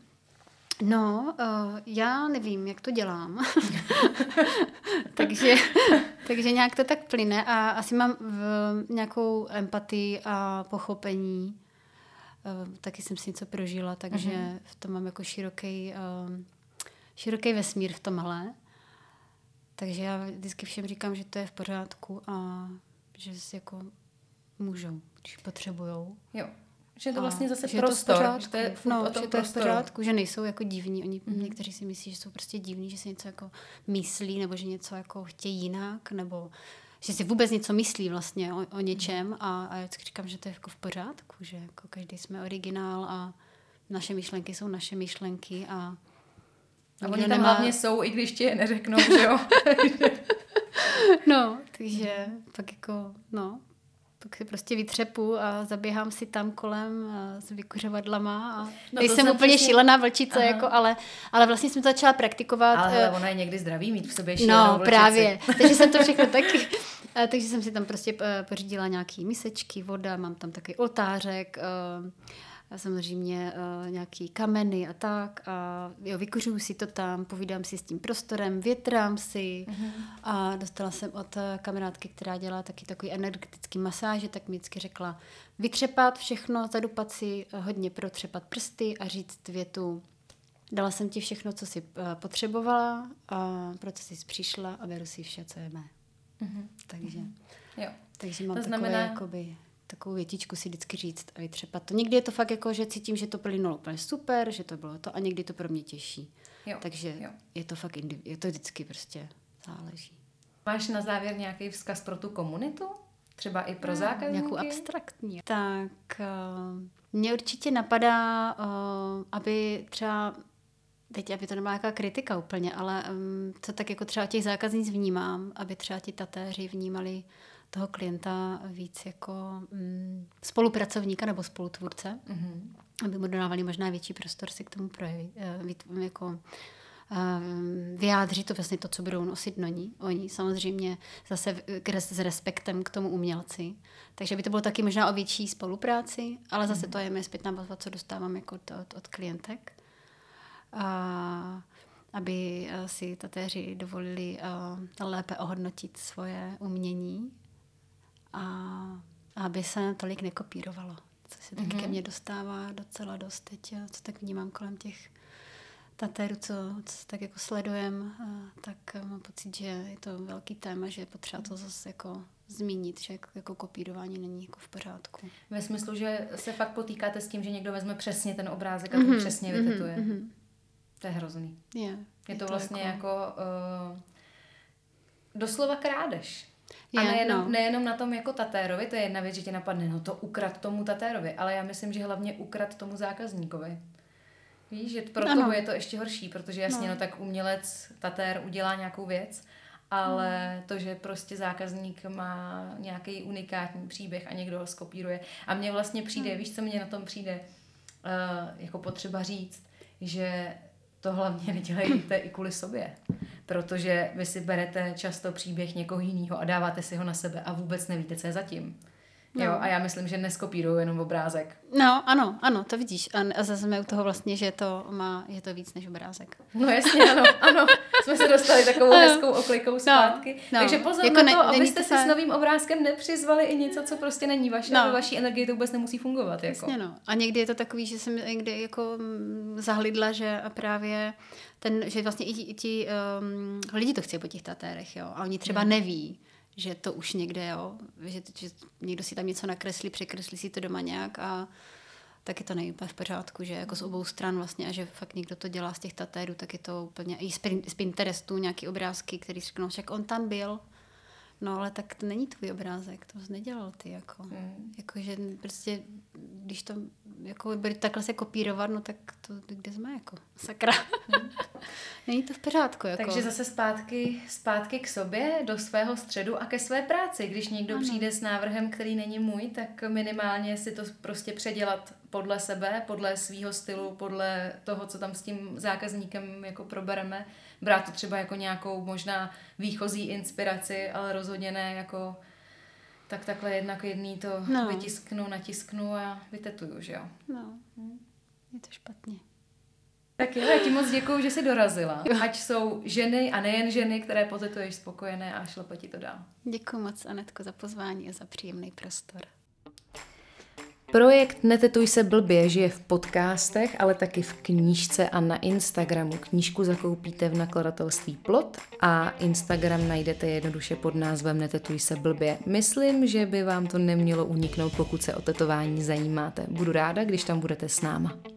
No, uh, já nevím, jak to dělám. takže, takže nějak to tak plyne a asi mám v, nějakou empatii a pochopení. Uh, taky jsem si něco prožila, takže uh-huh. v tom mám jako široký, uh, široký vesmír v tomhle. Takže já vždycky všem říkám, že to je v pořádku a že si jako můžou, když potřebujou. Jo. Že je to vlastně zase že prostor. Je to že to je, no, že to je v pořádku, že nejsou jako divní. Oni, mm-hmm. někteří si myslí, že jsou prostě divní, že si něco jako myslí, nebo že něco jako chtějí jinak, nebo že si vůbec něco myslí vlastně o, o něčem a, a já říkám, že to je jako v pořádku, že jako každý jsme originál a naše myšlenky jsou naše myšlenky a a oni tam nemá... hlavně jsou, i když ti je neřeknou, že jo? No, takže pak jako, no, pak si prostě vytřepu a zaběhám si tam kolem s vykuřovadlama a no nejsem úplně přesně... šílená vlčice, jako, ale, ale vlastně jsem to začala praktikovat. Ale ona je někdy zdravý mít v sobě šílenou no, vlčici. No právě, takže jsem to všechno taky, takže jsem si tam prostě pořídila nějaký misečky, voda, mám tam takový oltářek, a samozřejmě uh, nějaký kameny a tak a jo, vykuřuju si to tam, povídám si s tím prostorem, větrám si uh-huh. a dostala jsem od kamarádky, která dělá taky takový energetický masáže, tak mi vždycky řekla vytřepat všechno, zadupat si, hodně protřepat prsty a říct větu dala jsem ti všechno, co jsi uh, potřebovala a proto jsi přišla a beru si vše, co je mé. Uh-huh. Takže, jo. takže mám to takové znamená... jakoby... takovou větičku si vždycky říct a vytřepat to. Někdy je to fakt jako, že cítím, že to plynulo úplně super, že to bylo to a někdy to pro mě těžší. Jo, Takže jo. je to fakt, indiv- je to vždycky prostě záleží. Máš na závěr nějaký vzkaz pro tu komunitu? Třeba i pro zákazníky? Nějakou abstraktní. Tak uh, mě určitě napadá, uh, aby třeba, teď aby to nebyla nějaká kritika úplně, ale um, co tak jako třeba těch zákazníc vnímám, aby třeba ti tatéři vnímali toho klienta víc jako mm, spolupracovníka nebo spolutvůrce, mm-hmm. aby mu dodávali možná větší prostor si k tomu projevit, uh, jako uh, vyjádřit to vlastně to, co budou nosit oni. Oni samozřejmě zase k, s respektem k tomu umělci. Takže by to bylo taky možná o větší spolupráci, ale zase mm-hmm. to je mé zpětná vazba, co dostávám jako od, od, od klientek. A aby si tatéři dovolili lépe ohodnotit svoje umění a aby se tolik nekopírovalo. Co se taky mm-hmm. ke mně dostává docela dost teď, co tak vnímám kolem těch tatérů, co, co tak jako sledujem, tak mám pocit, že je to velký téma, že je potřeba to zase jako zmínit, že jako kopírování není jako v pořádku. Ve smyslu, že se fakt potýkáte s tím, že někdo vezme přesně ten obrázek a to mm-hmm. přesně vytetuje. Mm-hmm. To je hrozný. Je, je, je to, to vlastně jako, jako uh, doslova krádež. Je, a nejenom, no. nejenom na tom jako tatérovi, to je jedna věc, že tě napadne, no to ukrad tomu tatérovi, ale já myslím, že hlavně ukrad tomu zákazníkovi. Víš, že pro ano. toho je to ještě horší, protože jasně, no. no tak umělec, tatér udělá nějakou věc, ale hmm. to, že prostě zákazník má nějaký unikátní příběh a někdo ho skopíruje. A mně vlastně přijde, hmm. víš, co mně na tom přijde uh, jako potřeba říct, že to hlavně nedělejte i kvůli sobě. Protože vy si berete často příběh někoho jiného a dáváte si ho na sebe a vůbec nevíte, co je zatím. No. Jo, a já myslím, že neskopíruju jenom obrázek. No, ano, ano, to vidíš. A zase jsme u toho vlastně, že to má, je to víc než obrázek. No jasně, ano, ano. Jsme se dostali takovou hezkou oklikou zpátky. No, no. Takže pozor jako na to, ne, abyste si se... s novým obrázkem nepřizvali i něco, co prostě není vaše, no. a ve vaší energii to vůbec nemusí fungovat. Jako. Jasně, no. A někdy je to takový, že jsem někdy jako zahlídla, že a právě ten, že vlastně i ti um, lidi to chtějí po těch tatérech, jo. A oni třeba hmm. neví, že to už někde, jo, že, že někdo si tam něco nakreslí, překreslí si to doma nějak a taky to není v pořádku, že jako z obou stran vlastně a že fakt někdo to dělá z těch tatérů, tak je to úplně i z Pinterestu nějaký obrázky, který řeknou, však on tam byl, no ale tak to není tvůj obrázek, to jsi nedělal ty, jako. Mm. Jako, že prostě, když to jako bude takhle se kopírovat, no tak to kde jsme, jako, sakra. Mm. Není to v pořádku, jako. Takže zase zpátky, zpátky k sobě, do svého středu a ke své práci. Když někdo ano. přijde s návrhem, který není můj, tak minimálně si to prostě předělat podle sebe, podle svýho stylu, podle toho, co tam s tím zákazníkem jako probereme. Brát to třeba jako nějakou možná výchozí inspiraci, ale rozhodně ne jako tak takhle jednak jedný to no. vytisknu, natisknu a vytetuju, že jo? No, je to špatně. Tak jo, já ti moc děkuju, že jsi dorazila. Ať jsou ženy a nejen ženy, které potetuješ spokojené a šlape ti to dál. Děkuju moc, Anetko, za pozvání a za příjemný prostor. Projekt Netetuj se blbě žije v podcastech, ale taky v knížce a na Instagramu. Knížku zakoupíte v nakladatelství Plot a Instagram najdete jednoduše pod názvem Netetuj se blbě. Myslím, že by vám to nemělo uniknout, pokud se o tetování zajímáte. Budu ráda, když tam budete s náma.